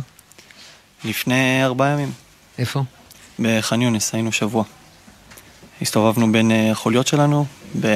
לפני ארבעה ימים. איפה? בח'אן יונס, היינו שבוע. הסתובבנו בין חוליות שלנו,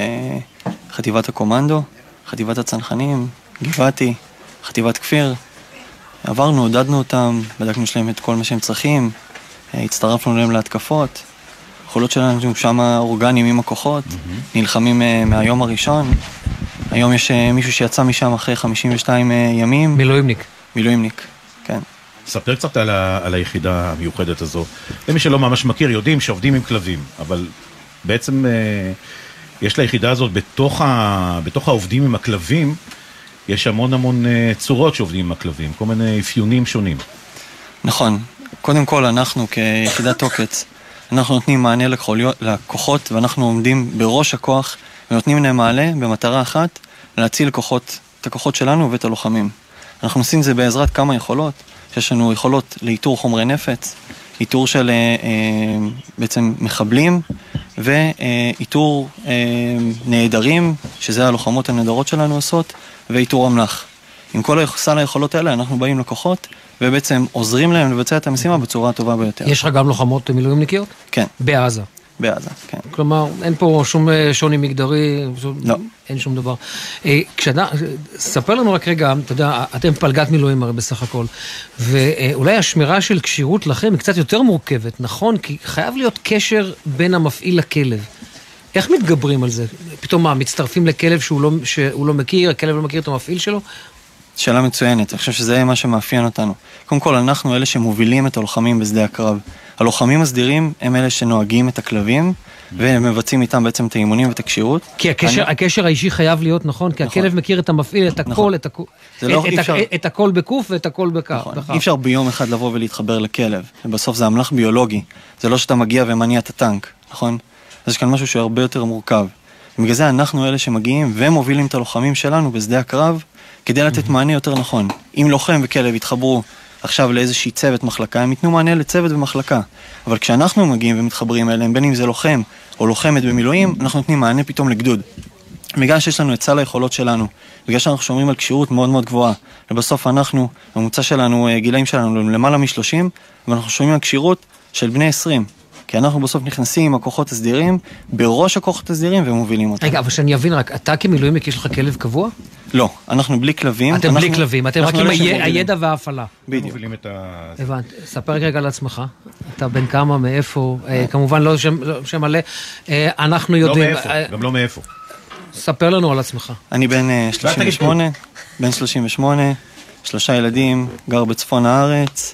בחטיבת הקומנדו, חטיבת הצנחנים, גבעתי, חטיבת כפיר. עברנו, עודדנו אותם, בדקנו שלהם את כל מה שהם צריכים, הצטרפנו להם להתקפות. החוליות שלנו שם אורגנים עם הכוחות, mm-hmm. נלחמים מהיום הראשון. היום יש מישהו שיצא משם אחרי חמישים ושתיים ימים. מילואימניק. מילואימניק, כן. ספר קצת על, ה, על היחידה המיוחדת הזו. למי שלא ממש מכיר, יודעים שעובדים עם כלבים, אבל בעצם אה, יש ליחידה הזאת בתוך, ה, בתוך העובדים עם הכלבים, יש המון המון אה, צורות שעובדים עם הכלבים, כל מיני אפיונים שונים. נכון. קודם כל, אנחנו כיחידת עוקץ, אנחנו נותנים מענה לכוחות, ואנחנו עומדים בראש הכוח, ונותנים להם מעלה במטרה אחת, להציל כוחות, את הכוחות שלנו ואת הלוחמים. אנחנו עושים זה בעזרת כמה יכולות, שיש לנו יכולות לאיתור חומרי נפץ, איתור של אה, בעצם מחבלים, ואיתור אה, נהדרים, שזה הלוחמות הנהדרות שלנו עושות, ואיתור אמל"ח. עם כל סל היכולות האלה אנחנו באים לכוחות, ובעצם עוזרים להם לבצע את המשימה בצורה הטובה ביותר. יש לך גם לוחמות מילואימניקיות? כן. בעזה? בעזה, כן. כלומר, אין פה שום שוני מגדרי, לא. אין שום דבר. כשאתה, ספר לנו רק רגע, אתה יודע, אתם פלגת מילואים הרי בסך הכל, ואולי השמירה של קשירות לכם היא קצת יותר מורכבת, נכון? כי חייב להיות קשר בין המפעיל לכלב. איך מתגברים על זה? פתאום מה, מצטרפים לכלב שהוא לא, שהוא לא מכיר, הכלב לא מכיר את המפעיל שלו? שאלה מצוינת, אני חושב שזה מה שמאפיין אותנו. קודם כל, אנחנו אלה שמובילים את הלוחמים בשדה הקרב. הלוחמים הסדירים הם אלה שנוהגים את הכלבים, ומבצעים איתם בעצם את האימונים ואת הקשירות. כי הקשר, אני... הקשר האישי חייב להיות נכון, כי נכון. הכלב מכיר את המפעיל, את הכל, נכון. את, הכ... לא, את, אפשר... את הכל בקוף ואת הכל בכף. נכון. אי אפשר ביום אחד לבוא ולהתחבר לכלב, ובסוף זה אמל"ח ביולוגי. זה לא שאתה מגיע ומניע את הטנק, נכון? אז יש כאן משהו שהוא הרבה יותר מורכב. ובגלל זה אנחנו אלה שמגיעים ומובילים את הלוחמים שלנו בשדה הקרב, כדי לתת מענה יותר נכון. אם לוחם וכלב יתחברו עכשיו לאיזושהי צוות מחלקה, הם ייתנו מענה לצוות ומחלקה. אבל כשאנחנו מגיעים ומתחברים אליהם, בין אם זה לוחם או לוחמת במילואים, אנחנו נותנים מענה פתאום לגדוד. בגלל שיש לנו את סל היכולות שלנו, בגלל שאנחנו שומרים על קשירות מאוד מאוד גבוהה, ובסוף אנחנו, הממוצע שלנו, גילאים שלנו למעלה מ-שלושים, ואנחנו שומרים על קשירות של בני עשרים. כי אנחנו בסוף נכנסים עם הכוחות הסדירים, בראש הכוחות הסדירים ומובילים אותם. רגע, אבל שאני אבין רק, אתה כמילואימניק יש לך כלב קבוע? לא, אנחנו בלי כלבים. אתם בלי כלבים, אתם רק עם הידע וההפעלה. בדיוק. מובילים את ה... הבנת, ספר רגע על עצמך, אתה בן כמה, מאיפה, כמובן לא שם מלא, אנחנו יודעים... לא מאיפה, גם לא מאיפה. ספר לנו על עצמך. אני בן שלושים ושמונה, בן שלושים ושמונה, שלושה ילדים, גר בצפון הארץ.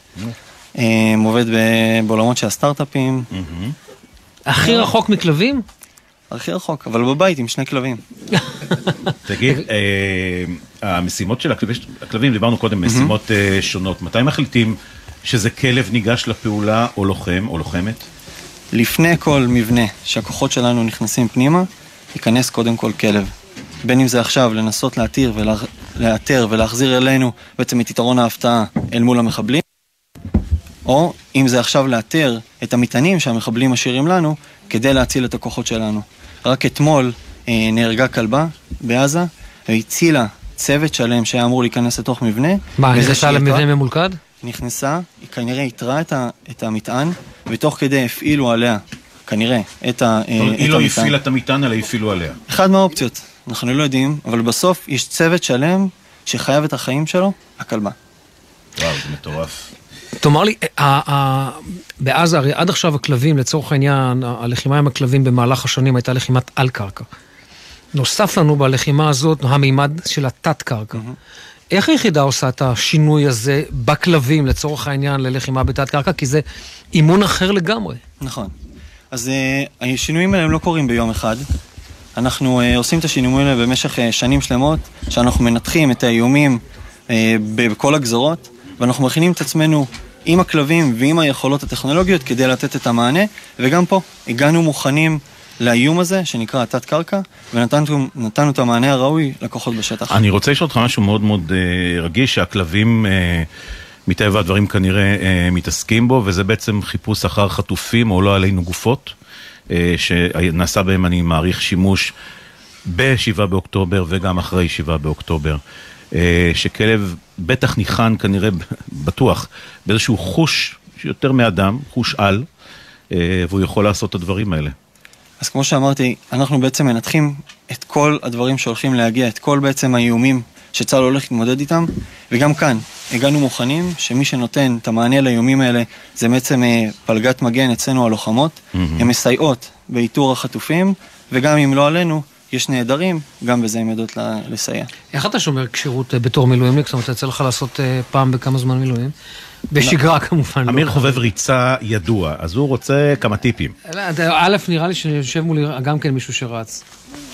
עובד בעולמות של הסטארט-אפים. הכי רחוק מכלבים? הכי רחוק, אבל בבית עם שני כלבים. תגיד, המשימות של הכלבים, דיברנו קודם, משימות שונות. מתי מחליטים שזה כלב ניגש לפעולה או לוחם או לוחמת? לפני כל מבנה שהכוחות שלנו נכנסים פנימה, ייכנס קודם כל כלב. בין אם זה עכשיו לנסות להתיר ולאתר ולהחזיר אלינו בעצם את יתרון ההפתעה אל מול המחבלים, או אם זה עכשיו לאתר את המטענים שהמחבלים משאירים לנו כדי להציל את הכוחות שלנו. רק אתמול אה, נהרגה כלבה בעזה, והצילה צוות שלם שהיה אמור להיכנס לתוך מבנה. מה, נכנסה למבנה ממולכד? נכנסה, היא כנראה יתרה את, ה, את המטען, ותוך כדי הפעילו עליה, כנראה, את, ה, את המטען. היא לא הפעילה את המטען, אלא הפעילו עליה. אחד מהאופציות, אנחנו לא יודעים, אבל בסוף יש צוות שלם שחייב את החיים שלו, הכלבה. וואו, זה מטורף. תאמר לי, בעזה, הרי עד עכשיו הכלבים, לצורך העניין, הלחימה עם הכלבים במהלך השנים הייתה לחימת על קרקע. נוסף לנו בלחימה הזאת המימד של התת קרקע. איך היחידה עושה את השינוי הזה בכלבים, לצורך העניין, ללחימה בתת קרקע? כי זה אימון אחר לגמרי. נכון. אז השינויים האלה הם לא קורים ביום אחד. אנחנו עושים את השינויים האלה במשך שנים שלמות, שאנחנו מנתחים את האיומים בכל הגזרות, ואנחנו מכינים את עצמנו עם הכלבים ועם היכולות הטכנולוגיות כדי לתת את המענה, וגם פה הגענו מוכנים לאיום הזה שנקרא תת קרקע, ונתנו נתנו את המענה הראוי לכוחות בשטח. אני רוצה לשאול אותך משהו מאוד מאוד רגיש, שהכלבים מטבע הדברים כנראה מתעסקים בו, וזה בעצם חיפוש אחר חטופים או לא עלינו גופות, שנעשה בהם, אני מעריך, שימוש ב-שבעה באוקטובר וגם אחרי שבעה באוקטובר. שכלב בטח ניחן כנראה בטוח באיזשהו חוש יותר מאדם, חוש על, והוא יכול לעשות את הדברים האלה. אז כמו שאמרתי, אנחנו בעצם מנתחים את כל הדברים שהולכים להגיע, את כל בעצם האיומים שצה"ל הולך להתמודד איתם, וגם כאן הגענו מוכנים שמי שנותן את המענה לאיומים האלה זה בעצם פלגת מגן אצלנו הלוחמות, mm-hmm. הן מסייעות באיתור החטופים, וגם אם לא עלינו, יש נהדרים, גם בזה הם יודעות לסייע. איך אתה שומר כשירות בתור מילואימניק? זאת אומרת, יצא לך לעשות פעם בכמה זמן מילואים? בשגרה כמובן. אמיר חובב ריצה ידוע, אז הוא רוצה כמה טיפים. א', נראה לי שיושב מולי גם כן מישהו שרץ.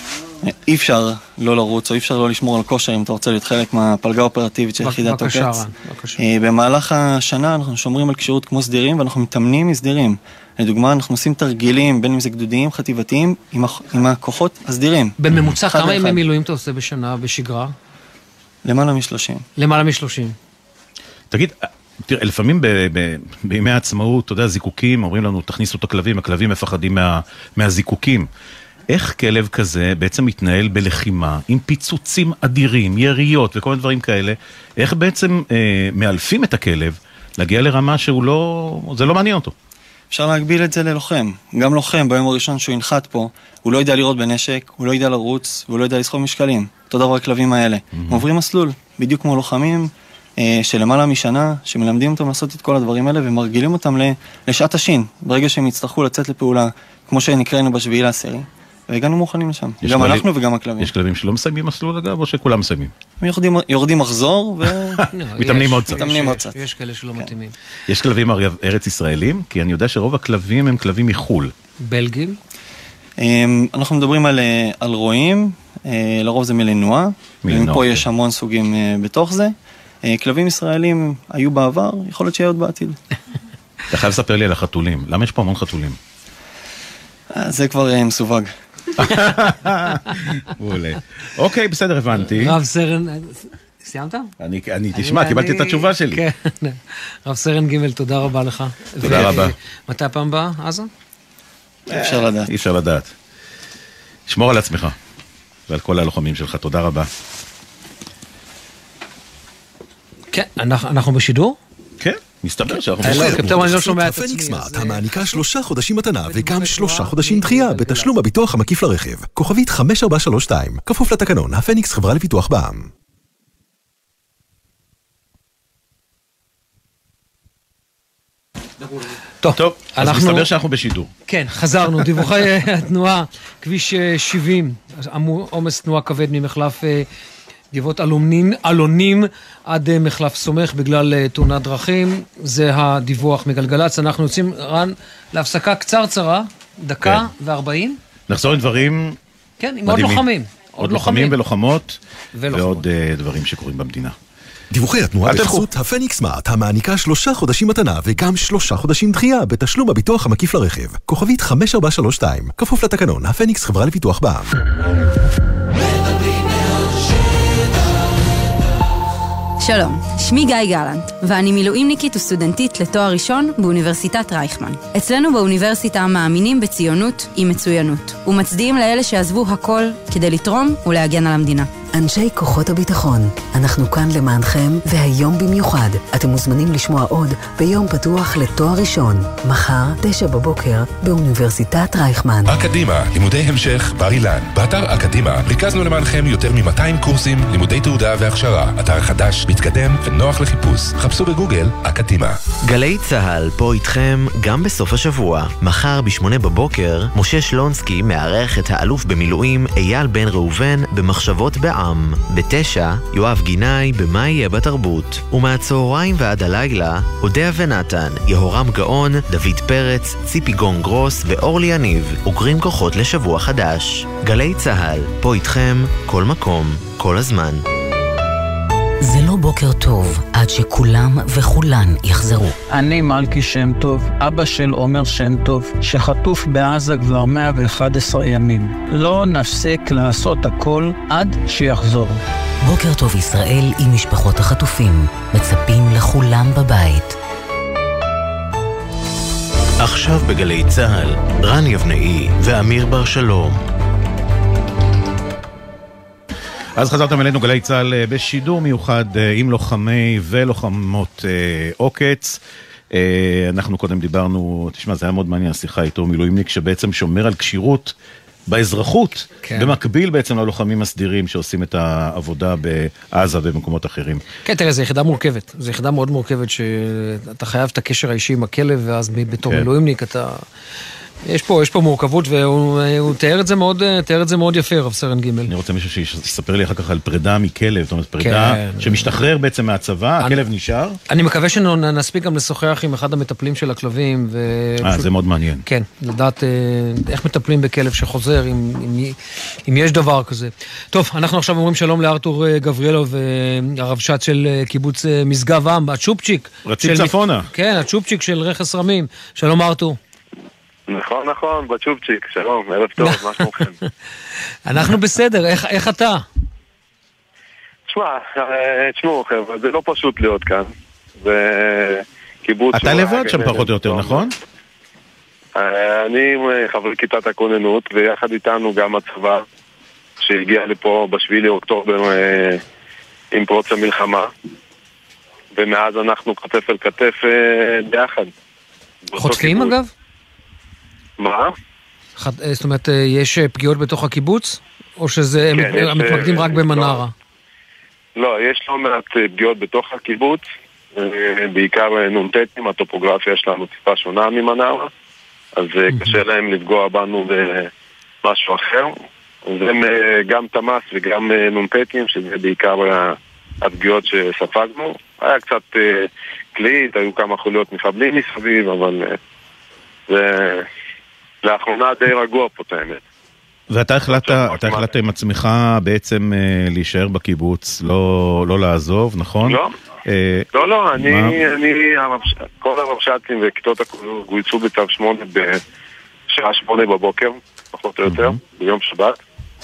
אי אפשר לא לרוץ, או אי אפשר לא לשמור על כושר אם אתה רוצה להיות חלק מהפלגה האופרטיבית של יחידת עוקץ. בבקשה, רן, בבקשה. במהלך השנה אנחנו שומרים על כשירות כמו סדירים, ואנחנו מתאמנים מסדירים. לדוגמה, אנחנו עושים תרגילים, בין אם זה גדודיים, חטיבתיים, עם, עם הכוחות הסדירים. בממוצע, כמה ימי מילואים אתה עושה בשנה, בשגרה? למעלה משלושים. למעלה משלושים. תגיד, תראה, לפעמים ב, ב, בימי העצמאות, אתה יודע, זיקוקים, אומרים לנו, תכניסו את הכלבים, הכלבים מפחדים מה, מהזיקוקים. איך כלב כזה בעצם מתנהל בלחימה, עם פיצוצים אדירים, יריות וכל מיני דברים כאלה, איך בעצם אה, מאלפים את הכלב להגיע לרמה שהוא לא, זה לא מעניין אותו? אפשר להגביל את זה ללוחם. גם לוחם ביום הראשון שהוא ינחת פה, הוא לא יודע לראות בנשק, הוא לא יודע לרוץ, והוא לא יודע לסחוב משקלים. אותו דבר הכלבים האלה. Mm-hmm. הם עוברים מסלול, בדיוק כמו לוחמים, אה, שלמעלה משנה, שמלמדים אותם לעשות את כל הדברים האלה, ומרגילים אותם לשעת השין, ברגע שהם יצטרכו לצאת לפעולה, כמו שנקראנו בשביעי לעשירי. והגענו מוכנים לשם, גם כלבים, אנחנו וגם הכלבים. יש כלבים שלא מסיימים מסלול אגב, או שכולם מסיימים? הם יורדים, יורדים מחזור ו... מתאמנים עוד קצת. מתאמנים עוד קצת. יש כאלה שלא מתאימים. יש כלבים ארץ ישראלים? כי אני יודע שרוב הכלבים הם כלבים מחול. בלגים? אנחנו מדברים על, על רועים, לרוב זה מלנוע, ופה יש המון סוגים בתוך זה. כלבים ישראלים היו בעבר, יכול להיות שיהיה עוד בעתיד. אתה חייב לספר לי על החתולים. למה יש פה המון חתולים? זה כבר מסווג. מעולה. אוקיי, בסדר, הבנתי. רב סרן, סיימת? אני תשמע, קיבלתי את התשובה שלי. רב סרן ג', תודה רבה לך. תודה רבה. מתי הפעם באה, עזה? אי אפשר לדעת. אי אפשר לדעת. שמור על עצמך ועל כל הלוחמים שלך, תודה רבה. כן, אנחנו בשידור? כן. מסתבר שאנחנו קפטן, אני לא שומע את עצמי. הפניקס סמארט, המעניקה שלושה חודשים מתנה וגם שלושה חודשים דחייה בתשלום הביטוח המקיף לרכב. כוכבית חמש ארבע שלוש שתיים, כפוף לתקנון, הפניקס חברה לפיתוח בע"מ. טוב, טוב, אז מסתבר שאנחנו בשידור. כן, חזרנו, דיווחי התנועה, כביש שבעים, עומס תנועה כבד ממחלף גבעות אלונים, אלונים עד מחלף סומך בגלל תאונת דרכים. זה הדיווח מגלגלץ. אנחנו יוצאים, רן, להפסקה קצרצרה, דקה וארבעים. נחזור עם דברים כן, עם עוד לוחמים. עוד לוחמים ולוחמות, ועוד דברים שקורים במדינה. דיווחי התנועה בחסות הפניקס סמארט, המעניקה שלושה חודשים מתנה וגם שלושה חודשים דחייה בתשלום הביטוח המקיף לרכב. כוכבית חמש ארבע שלוש שתיים, כפוף לתקנון, הפניקס חברה לפיתוח בע"מ. שלום, שמי גיא גלנט, ואני מילואימניקית וסטודנטית לתואר ראשון באוניברסיטת רייכמן. אצלנו באוניברסיטה מאמינים בציונות עם מצוינות, ומצדיעים לאלה שעזבו הכל כדי לתרום ולהגן על המדינה. אנשי כוחות הביטחון, אנחנו כאן למענכם, והיום במיוחד אתם מוזמנים לשמוע עוד ביום פתוח לתואר ראשון, מחר תשע בבוקר באוניברסיטת רייכמן. אקדימה, לימודי המשך בר אילן. באתר אקדימה ריכזנו למענכם יותר מ-מאתיים קורסים, לימודי תעודה והכשרה. אתר חדש, מתקדם ונוח לחיפוש. חפשו בגוגל אקדימה. גלי צהל פה איתכם גם בסוף השבוע. מחר בשמונה בבוקר משה שלונסקי מערך את האלוף במילואים אייל בן ראובן במחשבות בעם. בתשע, יואב גינאי במה יהיה בתרבות. ומהצהריים ועד הלילה, אודיה ונתן, יהורם גאון, דוד פרץ, ציפי גון גרוס ואורלי יניב, אוגרים כוחות לשבוע חדש. גלי צהל, פה איתכם, כל מקום, כל הזמן. זה לא בוקר טוב עד שכולם וכולן יחזרו. אני מלכי שם טוב, אבא של עומר שם טוב, שחטוף בעזה כבר מאה ואחד עשרה ימים. לא נפסיק לעשות הכל עד שיחזור. בוקר טוב ישראל עם משפחות החטופים, מצפים לכולם בבית. עכשיו בגלי צהל, רן יבנאי ואמיר בר שלום. אז חזרתם אלינו גלי צהל בשידור מיוחד עם לוחמי ולוחמות עוקץ. אנחנו קודם דיברנו, תשמע, זה היה מאוד מעניין, השיחה איתו מילואימניק שבעצם שומר על קשירות באזרחות, כן. במקביל בעצם ללוחמים הסדירים שעושים את העבודה בעזה ובמקומות אחרים. כן, תראה, זו יחידה מורכבת. זו יחידה מאוד מורכבת שאתה חייב את הקשר האישי עם הכלב, ואז בתור כן. מילואימניק אתה... יש פה, יש פה מורכבות, והוא תיאר את זה מאוד, תיאר את זה מאוד יפה, רב סרן ג'. אני רוצה מישהו שיספר לי אחר כך על פרידה מכלב, זאת אומרת, פרידה כן. שמשתחרר בעצם מהצבא, אני, הכלב נשאר. אני מקווה שנספיק גם לשוחח עם אחד המטפלים של הכלבים. ו... אה, זה מאוד מעניין. כן, לדעת איך מטפלים בכלב שחוזר, אם, אם, אם יש דבר כזה. טוב, אנחנו עכשיו אומרים שלום לארתור גבריאלוב, הרבש"ץ של קיבוץ משגב עם, הצ'ופצ'יק. רציף צפונה. כן, הצ'ופצ'יק של רכס רמים. שלום ארתור. נכון, נכון, בצ'ופצ'יק, שלום, ערב טוב, מה שלומכם? אנחנו בסדר, איך, איך אתה? תשמע, תשמעו חבר'ה, זה לא פשוט להיות כאן, זה קיבוץ... אתה לבד שם פחות או יותר, נכון? אני חבר כיתת הכוננות, ויחד איתנו גם הצבא, שהגיע לפה בשביעי לאוקטובר עם פרוץ המלחמה, ומאז אנחנו כתף אל כתף ביחד. חוטפים אגב? מה? זאת אומרת, יש פגיעות בתוך הקיבוץ? או שזה מתמקדים רק במנרה? לא, יש לא מעט פגיעות בתוך הקיבוץ, בעיקר נונטטים, הטופוגרפיה שלנו טיפה שונה ממנרה, אז קשה להם לפגוע בנו במשהו אחר. זה גם תמ"ס וגם נונטטים, שזה בעיקר הפגיעות שספגנו. היה קצת קליט, היו כמה חוליות מחבלים מסביב, אבל זה... לאחרונה די רגוע פה את האמת. ואתה החלטת, אתה החלטת עם עצמך בעצם להישאר בקיבוץ, לא, לא לעזוב, נכון? לא, לא, לא, אני, אני, כל הרבש"צים וכיתות הכוננות גויסו בצו שמונה בשעה שמונה בבוקר, פחות או יותר, ביום שבת.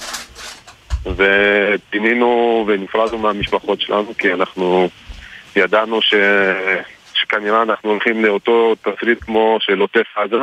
ופינינו ונפרדנו מהמשפחות שלנו, כי אנחנו ידענו ש... שכנראה אנחנו הולכים לאותו תסריט כמו של עוטף עזה.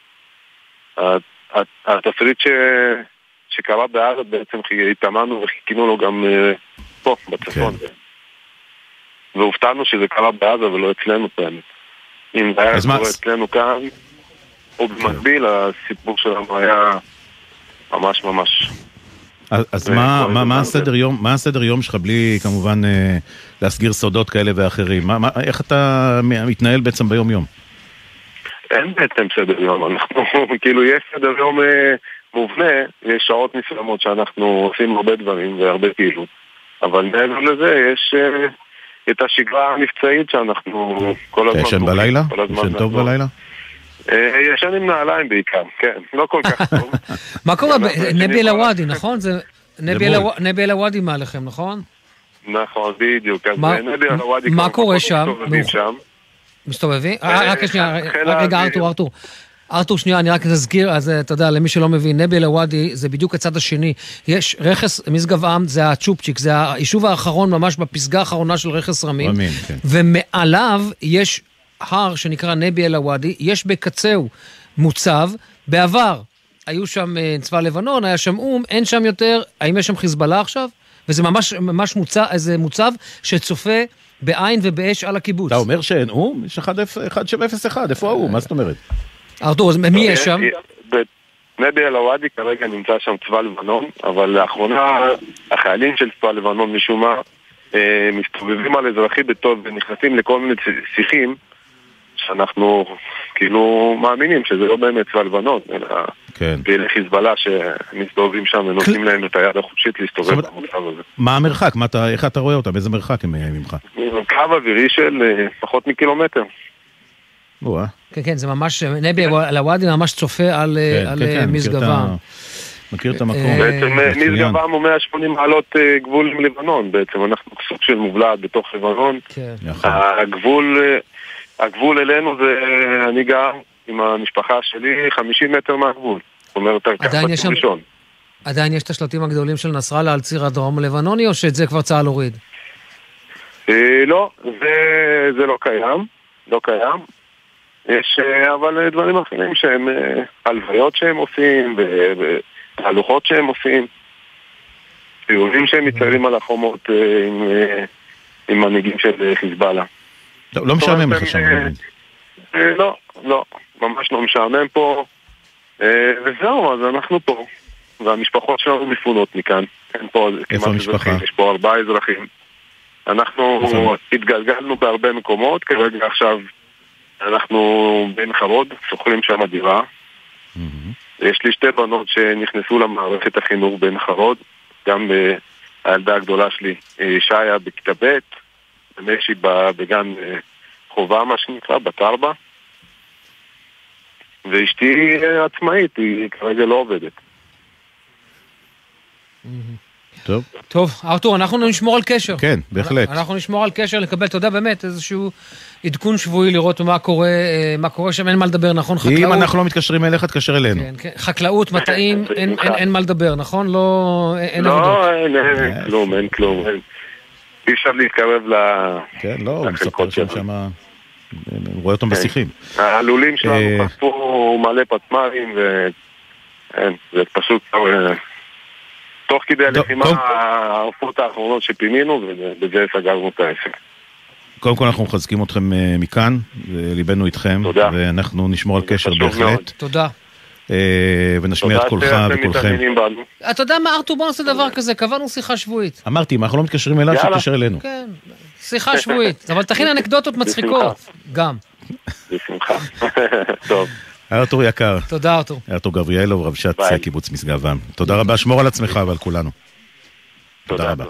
התסריט ש... שקרה בעזה בעצם התאמנו וחיכינו לו גם פה, בצפון. כן. והופתענו שזה קרה בעזה ולא אצלנו פעמים. אם זה היה קורה אצלנו כאן, או במקביל, הסיפור שלנו היה ממש ממש... אז מה, מה, מה הסדר יום, מה הסדר יום שלך בלי כמובן להסגיר סודות כאלה ואחרים? מה, מה, איך אתה מתנהל בעצם ביום יום? אין בעצם סדר יום, אנחנו, כאילו יש סדר יום מובנה, יש שעות מסוימות שאנחנו עושים הרבה דברים והרבה פעילות, אבל מעבר לזה יש את השגרה המבצעית שאנחנו כל הזמן... ישן בלילה? ישן טוב בלילה? ישנים נעליים בעיקר, כן, לא כל כך טוב. מה קורה? נבי אל-עוואדי, נכון? נבי אל-עוואדי מעליכם, נכון? נכון, בדיוק. מה קורה שם? מסתובבים? רק שנייה, רגע, ארתור, ארתור. ארתור, שנייה, אני רק אזכיר, אז אתה יודע, למי שלא מבין, נבי אל-עוואדי זה בדיוק הצד השני. יש רכס, משגב עם, זה הצ'ופצ'יק, זה היישוב האחרון ממש בפסגה האחרונה של רכס רמים, ומעליו יש הר שנקרא נבי אל-עוואדי, יש בקצהו מוצב, בעבר היו שם צבא לבנון, היה שם אום, אין שם יותר, האם יש שם חיזבאללה עכשיו? וזה ממש, ממש מוצב, איזה מוצב שצופה בעין ובאש על הקיבוץ. אתה אומר שאין אום? יש אחד שבע אפס אחד, איפה האום? מה זאת אומרת? ארתור, אז מי יש שם? נבי אל-עוואדי כרגע נמצא שם צבא לבנון, אבל לאחרונה החיילים של צבא לבנון משום מה מסתובבים על אזרחי בטוב ונכנסים לכל מיני שיחים שאנחנו כאילו מאמינים שזה לא באמת צבא לבנון, אלא פעילי חיזבאללה שמסתובבים שם ונותנים להם את היד החופשית להסתובב במצב הזה. מה המרחק? איך אתה רואה אותם? איזה מרחק הם ממך? קו אווירי של פחות מקילומטר. כן, כן, זה ממש, נבי אל-עוואדי ממש צופה על משגב עם. מכיר את המקום. בעצם משגב עם הוא מאה ושמונים מעלות גבול עם לבנון, בעצם אנחנו סוג של מובלעת בתוך לבנון. הגבול... הגבול אלינו זה, אני גם עם המשפחה שלי, חמישים מטר מהגבול. זאת אומרת, ככה בצור ראשון. עדיין יש את השלטים הגדולים של נסראללה על ציר הדרום הלבנוני, או שאת זה כבר צה"ל הוריד? לא, זה לא קיים. לא קיים. יש אבל דברים אחרים שהם, הלוויות שהם עושים, ותהלוכות שהם עושים, טיולים שהם מציירים על החומות עם מנהיגים של חיזבאללה. לא משעמם לך שם. לא, לא, ממש לא משעמם פה. וזהו, אז אנחנו פה. והמשפחות שלנו מפונות מכאן. איפה המשפחה? יש פה ארבעה אזרחים. אנחנו התגלגלנו בהרבה מקומות, כרגע עכשיו אנחנו בין חרוד, שוכרים שם דירה. יש לי שתי בנות שנכנסו למערכת החינוך בין חרוד, גם הילדה הגדולה שלי, שיה בכיתה ב', ומשי בגן חובה, מה שנקרא, בת ארבע. ואשתי עצמאית, היא כרגע לא עובדת. טוב. טוב, ארתור, אנחנו נשמור על קשר. כן, בהחלט. אנחנו נשמור על קשר, לקבל, אתה יודע, באמת, איזשהו עדכון שבועי לראות מה קורה, מה קורה שם, אין מה לדבר, נכון? חקלאות. אם אנחנו לא מתקשרים אליך, תקשר אלינו. כן, כן. חקלאות, מטעים, אין, אין, אין מה לדבר, נכון? לא, אין לא, אין, אין, כלום, אין כלום, אין. אי אפשר להתקרב ל... כן, לא, הוא מספר שם שם... רואה אותם בשיחים. הלולים שלנו חשפו מלא פצמרים, וזה פשוט... תוך כדי הלחימה, העופות האחרונות שפינינו, ובזה סגרנו את העסק. קודם כל אנחנו מחזקים אתכם מכאן, ליבנו איתכם, ואנחנו נשמור על קשר בהחלט. תודה. ונשמיע את קולך וכולכם. אתה יודע מה, ארתור, בוא נעשה דבר כזה, קבענו שיחה שבועית. אמרתי, אם אנחנו לא מתקשרים אליו, שתקשר אלינו. כן, שיחה שבועית, אבל תכין אנקדוטות מצחיקות, גם. בשמחה. טוב. ארתור יקר. תודה, ארתור. ארתור גבריאלוב, רבש"ץ קיבוץ משגב עם. תודה רבה, שמור על עצמך ועל כולנו. תודה רבה.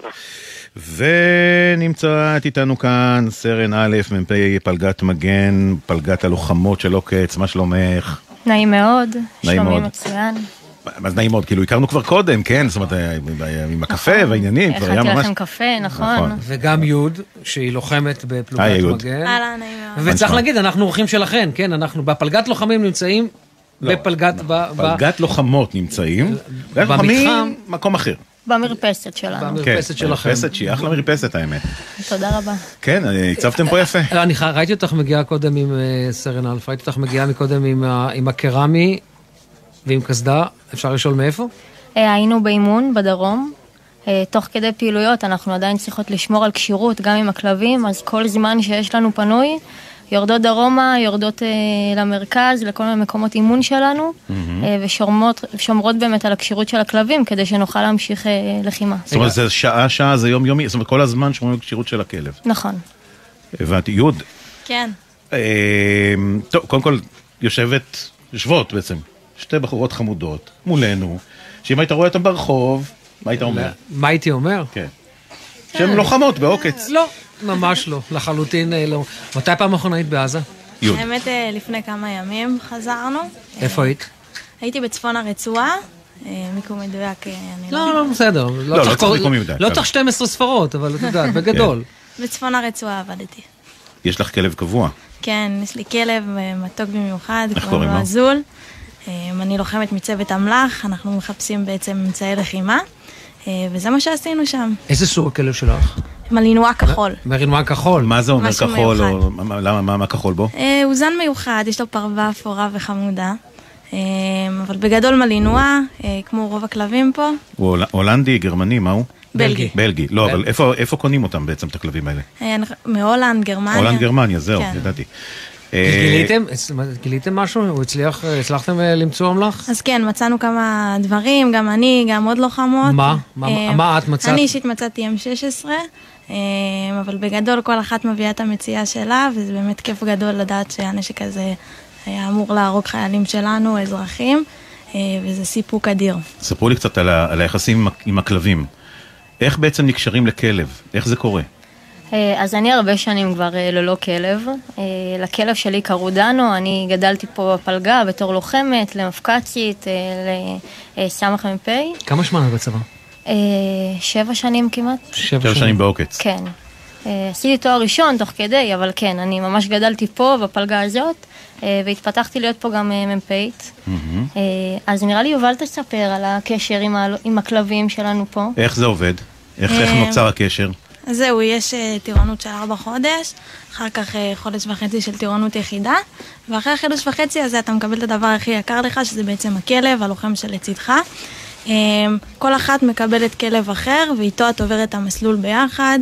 ונמצא איתנו כאן סרן א', מ"פ פלגת מגן, פלגת הלוחמות של עוקץ, מה שלומך? נעים מאוד, שלומי מצוין. מה זה נעים מאוד? כאילו הכרנו כבר קודם, כן? זאת אומרת, עם הקפה והעניינים, כבר היה ממש... הכנתי לכם קפה, נכון. וגם יוד, שהיא לוחמת בפלוגת מגן. הלאה, נעים מאוד. וצריך להגיד, אנחנו אורחים שלכם, כן? אנחנו בפלגת לוחמים נמצאים, בפלגת... פלגת לוחמות נמצאים, במתחם, מקום אחר. במרפסת שלנו. במרפסת שלכם. מרפסת שהיא אחלה מרפסת, האמת. תודה רבה. כן, הצבתם פה יפה. אני ראיתי אותך מגיעה קודם עם סרן אלף, ראיתי אותך מגיעה מקודם עם הקרמי ועם קסדה. אפשר לשאול מאיפה? היינו באימון בדרום. תוך כדי פעילויות אנחנו עדיין צריכות לשמור על קשירות גם עם הכלבים, אז כל זמן שיש לנו פנוי, יורדות דרומה, יורדות אה, למרכז, לכל מיני מקומות אימון שלנו, mm-hmm. אה, ושומרות, שומרות באמת על הקשירות של הכלבים, כדי שנוכל להמשיך אה, לחימה. זאת אומרת, זה שעה, שעה, זה יום יומי, זאת אומרת, כל הזמן שומרים על קשירות של הכלב. נכון. הבנתי, יוד. כן. אה, טוב, קודם כל, יושבת, יושבות בעצם, שתי בחורות חמודות, מולנו, שאם היית רואה אותם ברחוב, מה היית אומר? מה הייתי אומר? כן. שהן לוחמות בעוקץ. לא. ממש לא, לחלוטין לא. מתי פעם אחרונה היית בעזה? יוד. האמת, לפני כמה ימים חזרנו. איפה היית? הייתי בצפון הרצועה, מיקום מדויק, אני לא... לא, לא, בסדר. לא, לא צריך מיקום מדויק. לא צריך שתים עשרה ספרות, אבל את יודעת, בגדול. בצפון הרצועה עבדתי. יש לך כלב קבוע? כן, יש לי כלב מתוק במיוחד, איך קוראים לו? אזול. אני לוחמת מצוות אמל"ח, אנחנו מחפשים בעצם אמצעי לחימה, וזה מה שעשינו שם. איזה סוג הכלב שלך? מלינוע כחול. מלינוע כחול. מה זה אומר כחול? למה, מה כחול בו? הוא זן מיוחד, יש לו פרווה אפורה וחמודה. אבל בגדול מלינוע, כמו רוב הכלבים פה. הוא הולנדי, גרמני, מה הוא? בלגי. בלגי, לא, אבל איפה, איפה קונים אותם בעצם, את הכלבים האלה? מהולנד, גרמניה. הולנד, גרמניה, זהו, ידעתי. גיליתם? גיליתם משהו? הצלחתם למצוא אמל"ח? אז כן, מצאנו כמה דברים, גם אני, גם עוד לוחמות. מה? מה את מצאת? אני אישית מצאתי אם שש עשרה, אבל בגדול כל אחת מביאה את המציאה שלה, וזה באמת כיף גדול לדעת שהנשק הזה היה אמור להרוג חיילים שלנו, אזרחים, וזה סיפוק אדיר. ספרו לי קצת על היחסים עם הכלבים. איך בעצם נקשרים לכלב? איך זה קורה? אז אני הרבה שנים כבר ללא כלב. לכלב שלי קראו דנו, אני גדלתי פה בפלגה בתור לוחמת, למפקצית, לסמ"ך מ"פ. כמה שמונה בצבא? שבע שנים כמעט. שבע שנים בעוקץ. כן. עשיתי תואר ראשון תוך כדי, אבל כן, אני ממש גדלתי פה בפלגה הזאת, והתפתחתי להיות פה גם מ"פית. אז נראה לי יובל תספר על הקשר עם הכלבים שלנו פה. איך זה עובד? איך נוצר הקשר? אז זהו, יש טירונות של ארבע חודש, אחר כך חודש וחצי של טירונות יחידה, ואחרי החודש וחצי הזה אתה מקבל את הדבר הכי יקר לך, שזה בעצם הכלב, הלוחם שלצידך. כל אחת מקבלת כלב אחר, ואיתו את עוברת את המסלול ביחד,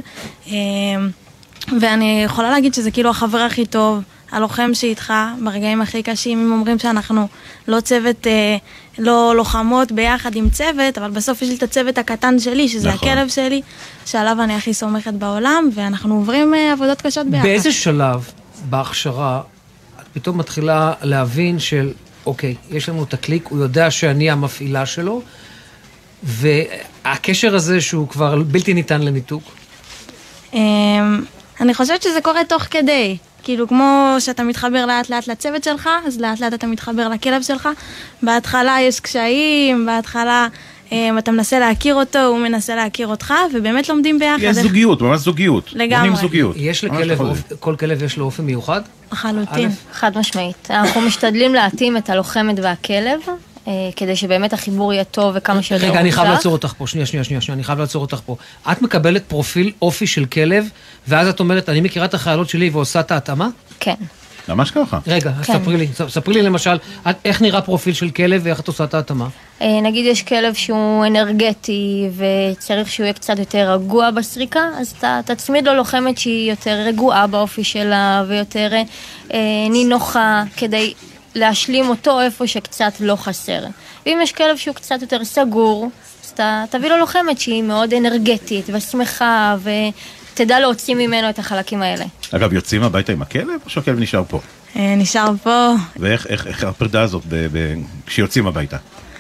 ואני יכולה להגיד שזה כאילו החבר הכי טוב, הלוחם שאיתך, ברגעים הכי קשים, אם אומרים שאנחנו לא צוות, לא לוחמות ביחד עם צוות, אבל בסוף יש לי את הצוות הקטן שלי, שזה נכון. הכלב שלי, שעליו אני הכי סומכת בעולם, ואנחנו עוברים עבודות קשות ביחד. באיזה שלב בהכשרה את פתאום מתחילה להבין של, אוקיי, יש לנו את הקליק, הוא יודע שאני המפעילה שלו, והקשר הזה שהוא כבר בלתי ניתן לניתוק? אני חושבת שזה קורה תוך כדי. כאילו, כמו שאתה מתחבר לאט לאט לצוות שלך, אז לאט לאט אתה מתחבר לכלב שלך. בהתחלה יש קשיים, בהתחלה um, אתה מנסה להכיר אותו, הוא מנסה להכיר אותך, ובאמת לומדים ביחד. יש זוגיות, ממש זוגיות. לגמרי. זוגיות. יש לכלב, כל כלב יש לו אופן מיוחד? לחלוטין. חד משמעית. אנחנו משתדלים להתאים את הלוחמת והכלב, כדי שבאמת החיבור יהיה טוב וכמה שיותר מוצלח. רגע, אני חייב לעצור אותך פה, שנייה, שנייה, שנייה, אני חייב לעצור אותך פה. את מקבלת פרופיל אופי של כלב, ואז את אומרת, אני מכירה את החיילות שלי ועושה את ההתאמה? כן. ממש ככה. רגע, ספרי לי, ספרי לי למשל, איך נראה פרופיל של כלב ואיך את עושה את ההתאמה? נגיד יש כלב שהוא אנרגטי וצריך שהוא יהיה קצת יותר רגוע בסריקה, אז אתה תצמיד לו לוחמת שהיא יותר רגועה באופי שלה ויותר נינוחה כדי להשלים אותו איפה שקצת לא חסר. ואם יש כלב שהוא קצת יותר סגור, אז אתה תביא לו לוחמת שהיא מאוד אנרגטית ושמחה ותדע להוציא ממנו את החלקים האלה. אגב, יוצאים הביתה עם הכלב או שהכלב נשאר פה? נשאר פה. ואיך איך, איך הפרדה הזאת כשיוצאים הביתה?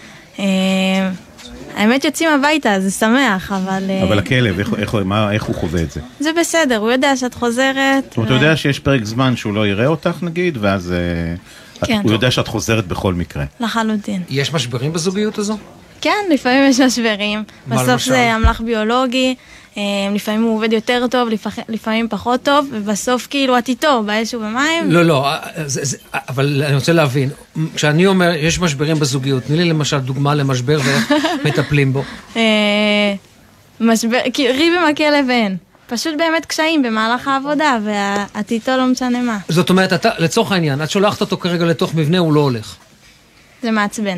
האמת יוצאים הביתה, זה שמח, אבל... אבל הכלב, איך, איך, מה, איך הוא חווה את זה? זה בסדר, הוא יודע שאת חוזרת. זאת אומרת, הוא יודע שיש פרק זמן שהוא לא יראה אותך נגיד, ואז... כן. הוא יודע שאת חוזרת בכל מקרה. לחלוטין. יש משברים בזוגיות הזו? כן, לפעמים יש משברים. בסוף זה אמל"ח ביולוגי, לפעמים הוא עובד יותר טוב, לפעמים פחות טוב, ובסוף כאילו את איתו, באש ובמים. לא, לא, אבל אני רוצה להבין, כשאני אומר, יש משברים בזוגיות, תני לי למשל דוגמה למשבר ואיך מטפלים בו. משבר, ריב עם הכלב אין. פשוט באמת קשיים במהלך העבודה, ואת איתו לא משנה מה. זאת אומרת, אתה, לצורך העניין, את שולחת אותו כרגע לתוך מבנה, הוא לא הולך. זה מעצבן.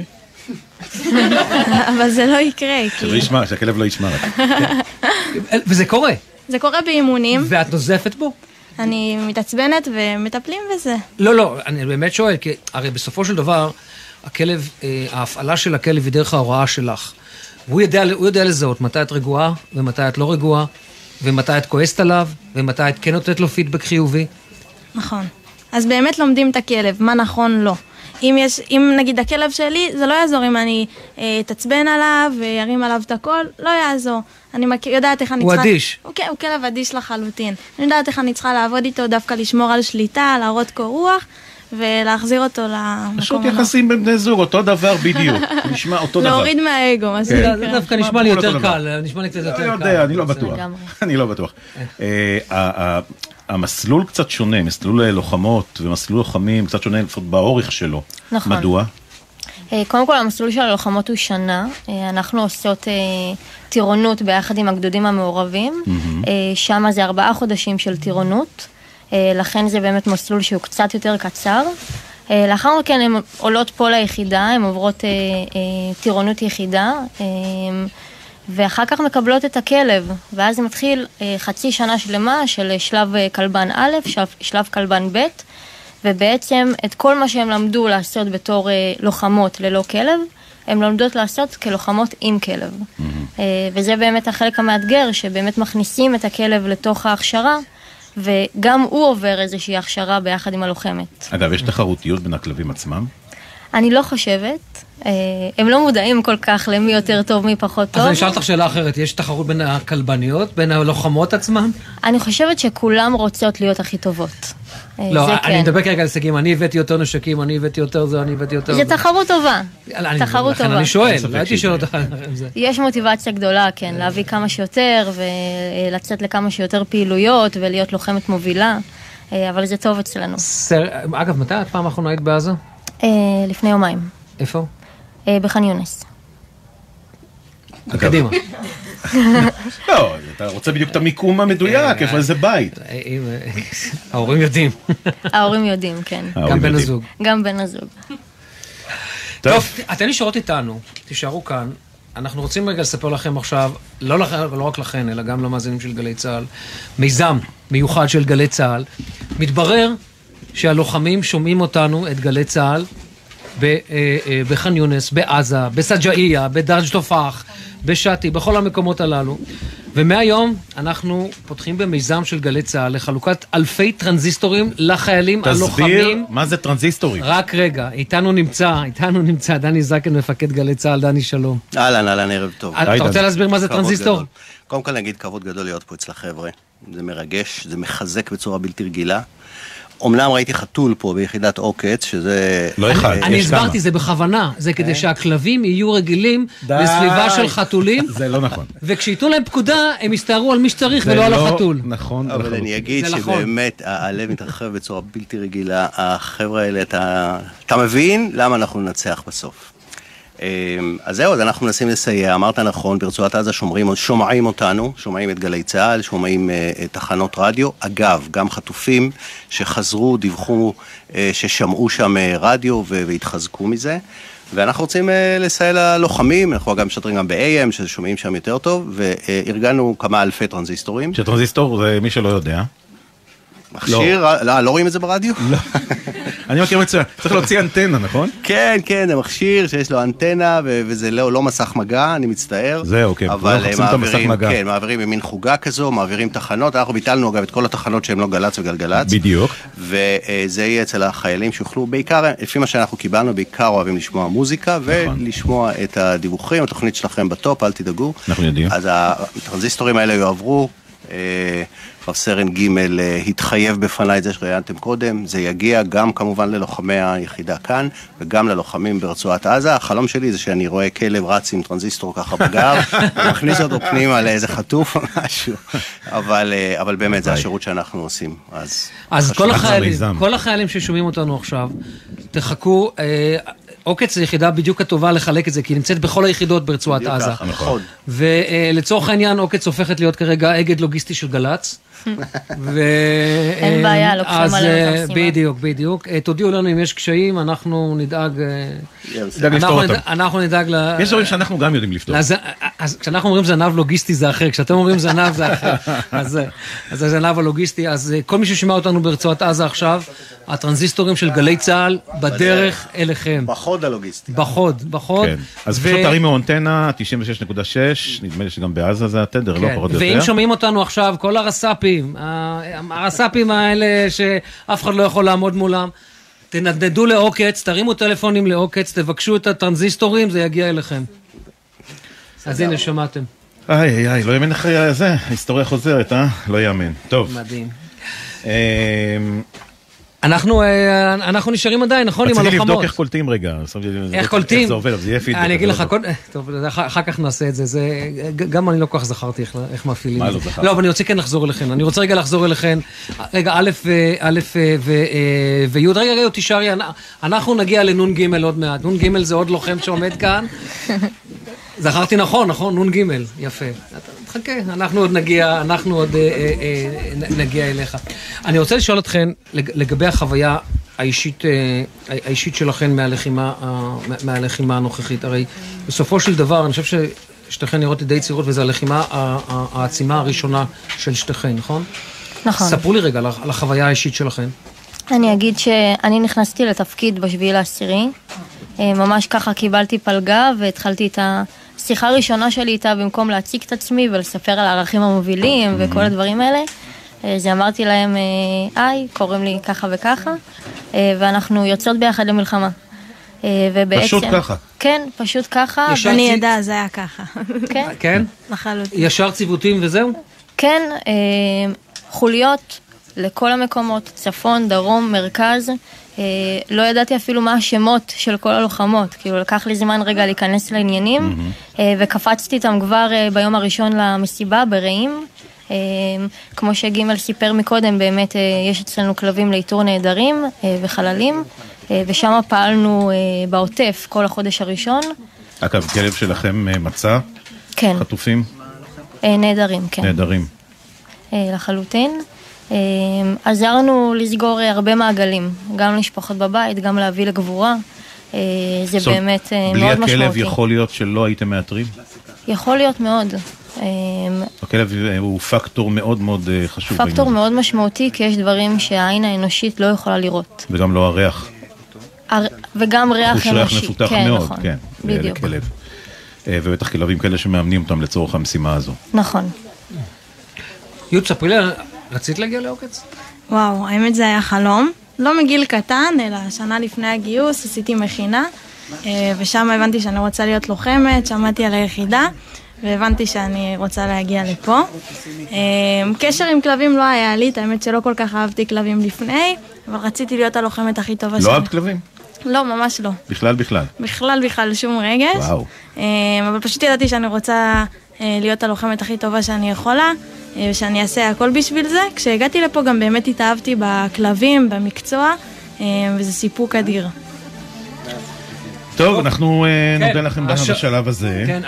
אבל זה לא יקרה. שזה ישמע, שהכלב לא ישמע. וזה קורה. זה קורה באימונים. ואת נוזפת בו? אני מתעצבנת ומטפלים בזה. לא, לא, אני באמת שואל, כי הרי בסופו של דבר, הכלב, ההפעלה של הכלב היא דרך ההוראה שלך. והוא יודע, הוא יודע לזהות מתי את רגועה ומתי את לא רגועה. ומתי את כועסת עליו, ומתי את כן נותנת לו פידבק חיובי. נכון. אז באמת לומדים את הכלב, מה נכון לו. אם יש, אם נגיד הכלב שלי, זה לא יעזור אם אני אה, תצבן עליו וירים עליו את הכל, לא יעזור. אני מכיר, יודעת איך אני הוא צריכה... הוא אדיש. הוא, הוא כלב אדיש לחלוטין. אני יודעת איך אני צריכה לעבוד איתו, דווקא לשמור על שליטה, להראות קור רוח, ולהחזיר אותו למקום. פשוט יחסים בין בני זוג, אותו דבר בדיוק. נשמע אותו דבר. להוריד מהאגו, מה זה דווקא נשמע לי יותר קל, נשמע לי קצת יותר קל. לא יודע, אני לא בטוח. אני לא בטוח. המסלול קצת שונה, מסלול לוחמות ומסלול לוחמים קצת שונה לפחות באורך שלו. נכון. מדוע? קודם כל, המסלול של הלוחמות הוא שנה. אנחנו עושות טירונות ביחד עם הגדודים המעורבים. שם זה ארבעה חודשים של טירונות. לכן זה באמת מסלול שהוא קצת יותר קצר. לאחר מכן הן עולות פה ליחידה, הן עוברות טירונות יחידה, ואחר כך מקבלות את הכלב, ואז מתחיל חצי שנה שלמה של שלב כלבן א', שלב, שלב כלבן ב', ובעצם את כל מה שהם למדו לעשות בתור לוחמות ללא כלב, הן לומדות לעשות כלוחמות עם כלב. Mm-hmm. וזה באמת החלק המאתגר, שבאמת מכניסים את הכלב לתוך ההכשרה, וגם הוא עובר איזושהי הכשרה ביחד עם הלוחמת. אגב, יש תחרותיות בין הכלבים עצמם? אני לא חושבת. הם לא מודעים כל כך למי יותר טוב, מי פחות טוב. אז אני אשאל אותך שאלה אחרת, יש תחרות בין הכלבניות, בין הלוחמות עצמם? אני חושבת שכולם רוצות להיות הכי טובות. לא, אני מדבר כרגע על הישגים, אני הבאתי יותר נשקים, אני הבאתי יותר זה, אני הבאתי יותר זה. זה תחרות טובה. תחרות טובה. לכן אני שואל, לא הייתי שואל אותך. יש מוטיבציה גדולה, כן, להביא כמה שיותר, ולצאת לכמה שיותר פעילויות, ולהיות לוחמת מובילה, אבל זה טוב אצלנו. אגב, מתי את פעם האחרונה היית בעזה? לפני יומיים. איפה? בח'אן יונס. קדימה. לא, אתה רוצה בדיוק את המיקום המדויק, איפה זה בית. ההורים יודעים. ההורים יודעים, כן. גם בן הזוג. גם בן הזוג. טוב, אתן נשארות איתנו, תישארו כאן. אנחנו רוצים רגע לספר לכם עכשיו, לא רק לכן, אלא גם למאזינים של גלי צהל, מיזם מיוחד של גלי צהל. מתברר שהלוחמים שומעים אותנו, את גלי צהל, בח'אן יונס, בעזה, בסג'אעיה, בדאג' תופח, בשאטי, בכל המקומות הללו. ומהיום אנחנו פותחים במיזם של גלי צהל לחלוקת אלפי טרנזיסטורים לחיילים הלוחמים. תסביר מה זה טרנזיסטורים. רק רגע, איתנו נמצא, איתנו נמצא דני זקן, מפקד גלי צהל. דני, שלום. אהלן, אהלן, ערב טוב. אתה רוצה להסביר מה זה טרנזיסטור? קודם כל נגיד כבוד גדול להיות פה אצל החבר'ה. זה מרגש, זה מחזק בצורה בלתי רגילה. אומנם ראיתי חתול פה ביחידת עוקץ, שזה... לא אחד, אני הסברתי, זה בכוונה. זה כדי שהכלבים יהיו רגילים בסביבה של חתולים. זה לא נכון. וכשייתנו להם פקודה, הם יסתערו על מי שצריך ולא על החתול. נכון. אבל אני אגיד שבאמת הלב מתרחב בצורה בלתי רגילה. החבר'ה האלה, אתה מבין למה אנחנו ננצח בסוף. אז זהו, אז אנחנו מנסים לסייע, אמרת נכון, ברצועת עזה שומעים, שומעים אותנו, שומעים את גלי צהל, שומעים את תחנות רדיו, אגב, גם חטופים שחזרו, דיווחו ששמעו שם רדיו והתחזקו מזה, ואנחנו רוצים לסייע ללוחמים, אנחנו גם משתרים גם ב-איי אם, ששומעים שם יותר טוב, וארגנו כמה אלפי טרנזיסטורים. שטרנזיסטור זה מי שלא יודע. מכשיר, לא, לא רואים את זה ברדיו? לא. אני מכיר מצוין, צריך להוציא אנטנה, נכון? כן, כן, זה מכשיר שיש לו אנטנה, וזה לא מסך מגע, אני מצטער. זה אוקיי, אבל מעבירים, כן, מעבירים במין חוגה כזו, מעבירים תחנות, אנחנו ביטלנו אגב את כל התחנות שהן לא גלץ וגלגלץ. בדיוק. וזה יהיה אצל החיילים שיוכלו, בעיקר, לפי מה שאנחנו קיבלנו, בעיקר אוהבים לשמוע מוזיקה, ולשמוע את הדיווחים, התוכנית שלכם בטופ, אל תדאגו. אנחנו יודעים. אז הטרנזיסטורים האלה יועברו, סרן ג' התחייב בפניי את זה שראיינתם קודם, זה יגיע גם כמובן ללוחמי היחידה כאן, וגם ללוחמים ברצועת עזה. החלום שלי זה שאני רואה כלב רץ עם טרנזיסטור ככה בגב, ומכניס אותו פנימה לאיזה חטוף או משהו, אבל, אבל באמת זה השירות שאנחנו עושים. אז, אז כל החיילים, כל החיילים ששומעים אותנו עכשיו, תחכו, עוקץ זה יחידה בדיוק הטובה לחלק את זה, כי היא נמצאת בכל היחידות ברצועת עזה. נכון. ולצורך העניין, עוקץ הופכת להיות כרגע אגד לוגיסטי של גלץ. אין בעיה, לוקחים עלינו את המשימה. בדיוק, בדיוק. תודיעו לנו אם יש קשיים, אנחנו נדאג... אנחנו נדאג ל... יש דברים שאנחנו גם יודעים לפתור. אז כשאנחנו אומרים זנב לוגיסטי זה אחר, כשאתם אומרים זנב זה אחר. אז זה זנב הלוגיסטי. אז כל מי ששמע אותנו ברצועת עזה עכשיו, הטרנזיסטורים של גלי צהל בדרך אליכם. בחוד הלוגיסטי. בחוד, בחוד. אז פשוט תרימו אנטנה, תשעים ושש נקודה שש, נדמה לי שגם בעזה זה התדר, לא פחות יותר. ואם שומעים אותנו עכשיו, כל הרס"פים, הרס"פים האלה שאף אחד לא יכול לעמוד מולם, תנדנדו לעוקץ, תרימו טלפונים לעוקץ, תבקשו את הטרנזיסטורים, זה יגיע אליכם. אז הנה, שמעתם. איי, איי, איי, לא יאמן אחרי זה, ההיסטוריה חוזרת, אה? לא יאמן. טוב. מדהים. אנחנו, אנחנו נשארים עדיין, נכון, עם הלוחמות. רציתי לבדוק איך קולטים רגע. איך קולטים? איך זה עובד, זה יהיה פידבק. אני אגיד לך, טוב, אחר כך נעשה את זה. גם אני לא כל כך זכרתי איך מפעילים. מה לא זכרת? לא, אבל אני רוצה כן לחזור אליכן. אני רוצה רגע לחזור אליכן. רגע, א' וי', רגע, רגע, תישארי. אנחנו נגיע לנון ג' עוד מעט. נון ג' זה עוד לוחם שעומד כאן. זכרתי נכון, נכון, נון ג', יפה. חכה, אנחנו עוד נגיע, אנחנו עוד נגיע אליך. אני רוצה לשאול אתכן לגבי החוויה האישית, האישית שלכן מהלחימה, מהלחימה הנוכחית. הרי בסופו של דבר, אני חושב ששתיכן נראות די צעירות, וזו הלחימה העצימה הראשונה של שתיכן, נכון? נכון. ספרו לי רגע על החוויה האישית שלכן. אני אגיד שאני נכנסתי לתפקיד בשביעי לעשירי, ממש ככה קיבלתי פלגה והתחלתי את השיחה הראשונה שלי איתה במקום להציג את עצמי ולספר על הערכים המובילים וכל הדברים האלה. אז אמרתי להם, היי, קוראים לי ככה וככה, ואנחנו יוצאות ביחד למלחמה. ובעצם, פשוט ככה. כן, פשוט ככה. אני ידע, זה היה ככה. כן? כן? לחלוטין. ישר ציוותים וזהו? כן, חוליות לכל המקומות, צפון, דרום, מרכז. לא ידעתי אפילו מה השמות של כל הלוחמות, כאילו לקח לי זמן רגע להיכנס לעניינים, וקפצתי איתם כבר ביום הראשון למסיבה ברעים. כמו שגימל סיפר מקודם, באמת יש אצלנו כלבים לאיתור נהדרים וחללים, ושם פעלנו בעוטף כל החודש הראשון. אגב, כלב שלכם מצא? כן. חטופים? נהדרים, כן. נהדרים. לחלוטין. עזרנו לסגור הרבה מעגלים, גם למשפחות בבית, גם להביא לגבורה. זה באמת מאוד משמעותי. בלי הכלב יכול להיות שלא הייתם מאתרים? יכול להיות מאוד. הכלב הוא פקטור מאוד מאוד חשוב. פקטור מאוד משמעותי, כי יש דברים שהעין האנושית לא יכולה לראות. וגם לא הריח. וגם ריח אנושי. חוש ריח מפותח מאוד, כן. בדיוק. ובטח כלבים כאלה שמאמנים אותם לצורך המשימה הזו. נכון. יוד, ספרי לי, רצית להגיע לעוקץ? וואו, האמת זה היה חלום. לא מגיל קטן, אלא שנה לפני הגיוס, עשיתי מכינה, ושם הבנתי שאני רוצה להיות לוחמת, שמעתי על היחידה, והבנתי שאני רוצה להגיע לפה. קשר עם כלבים לא היה לי, האמת שלא כל כך אהבתי כלבים לפני, אבל רציתי להיות הלוחמת הכי טובה שלי. לא אהבת כלבים? לא, ממש לא. בכלל בכלל? בכלל בכלל, שום רגש. וואו. אבל פשוט ידעתי שאני רוצה להיות הלוחמת הכי טובה שאני יכולה, ושאני אעשה הכל בשביל זה. כשהגעתי לפה גם באמת התאהבתי בכלבים, במקצוע, וזה סיפוק אדיר. טוב, אנחנו נודה לכם בשלב הזה. כן,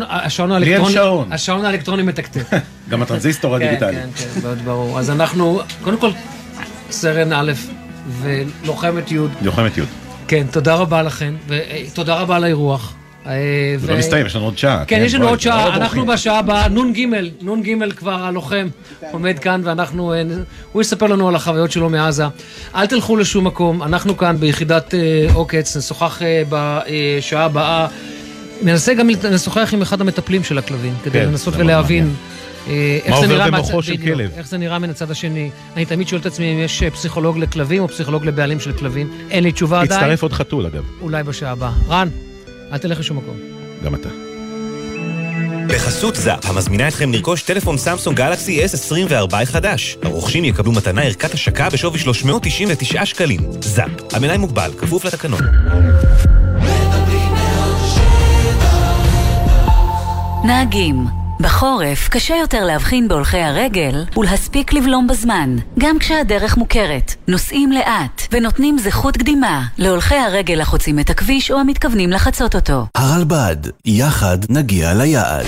השעון האלקטרוני מתקתק. גם הטרנזיסטור הדיגיטלי. כן, כן, כן, ברור. אז אנחנו, קודם כל, סרן א' ולוחמת י'. לוחמת י'. כן, תודה רבה לכם, ותודה רבה על האירוח. זה לא מסתיים, יש לנו עוד שעה. כן, יש לנו עוד שעה, אנחנו בשעה הבאה, נון ג', נון ג' כבר הלוחם עומד כאן, ואנחנו, הוא יספר לנו על החוויות שלו מעזה. אל תלכו לשום מקום, אנחנו כאן ביחידת עוקץ, נשוחח בשעה הבאה, ננסה גם לשוחח עם אחד המטפלים של הכלבים, כדי לנסות ולהבין מה עובר במוחו של כלב. איך זה נראה מן הצד השני. אני תמיד שואל את עצמי אם יש פסיכולוג לכלבים או פסיכולוג לבעלים של כלבים. אין לי תשובה עדיין. יצטרף עוד חתול אגב. אולי בשעה הבאה. רן, אל תלך לשום מקום. גם אתה. בחסות זאפ, המזמינה אתכם לרכוש טלפון סמסונג גלקסי אס עשרים וארבע חדש. הרוכשים יקבלו מתנה ערכת השקה בשווי שלוש מאות תשעים ותשעה שקלים. זאפ, המלאי מוגבל, כפוף לתקנון. נהגים בחורף קשה יותר להבחין בהולכי הרגל ולהספיק לבלום בזמן, גם כשהדרך מוכרת. נוסעים לאט ונותנים זכות קדימה להולכי הרגל החוצים את הכביש או המתכוונים לחצות אותו. הרלב"ד, יחד נגיע ליעד.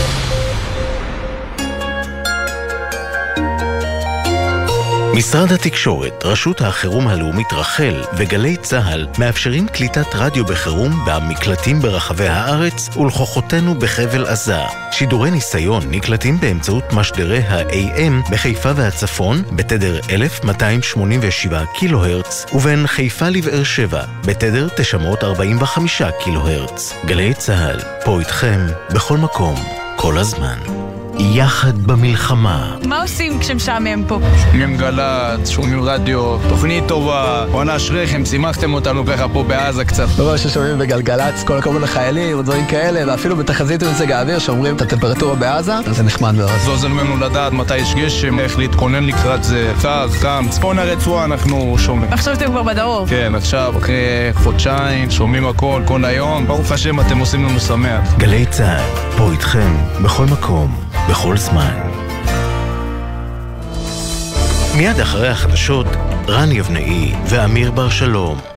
משרד התקשורת, רשות החירום הלאומית רחל וגלי צהל מאפשרים קליטת רדיו בחירום במקלטים ברחבי הארץ ולכוחותינו בחבל עזה. שידורי ניסיון נקלטים באמצעות משדרי ה-איי אם בחיפה והצפון בתדר אלף מאתיים שמונים ושבע קילו הרץ ובין חיפה לבאר שבע בתדר תשע מאות ארבעים וחמש קילו הרץ. גלי צהל, פה איתכם בכל מקום, כל הזמן. יחד במלחמה. מה עושים כשמשעמם פה? שומעים גל"צ, שומעים רדיו, תוכנית טובה. בואנה אשריכם, שימחתם אותנו ככה פה בעזה קצת. לא ששומעים בגלגל"צ, כל הכבוד לחיילים ודברים כאלה, ואפילו בתחזית ומזג האוויר שאומרים את הטמפרטורה בעזה, זה נחמד מאוד. זה עוזר לנו לדעת מתי יש גשם, איך להתכונן לקראת זה, קר, חם, צפון הרצועה אנחנו שומעים. עכשיו אתם כבר בדרום. כן, עכשיו אחרי חודשיים, שומעים הכל, כל היום. ברוך השם, אתם עושים לנו שמח. גלי צה"ל, פה איתכם, בכל מקום, בכל זמן. מיד אחרי החדשות, רן יבנאי ואמיר בר שלום.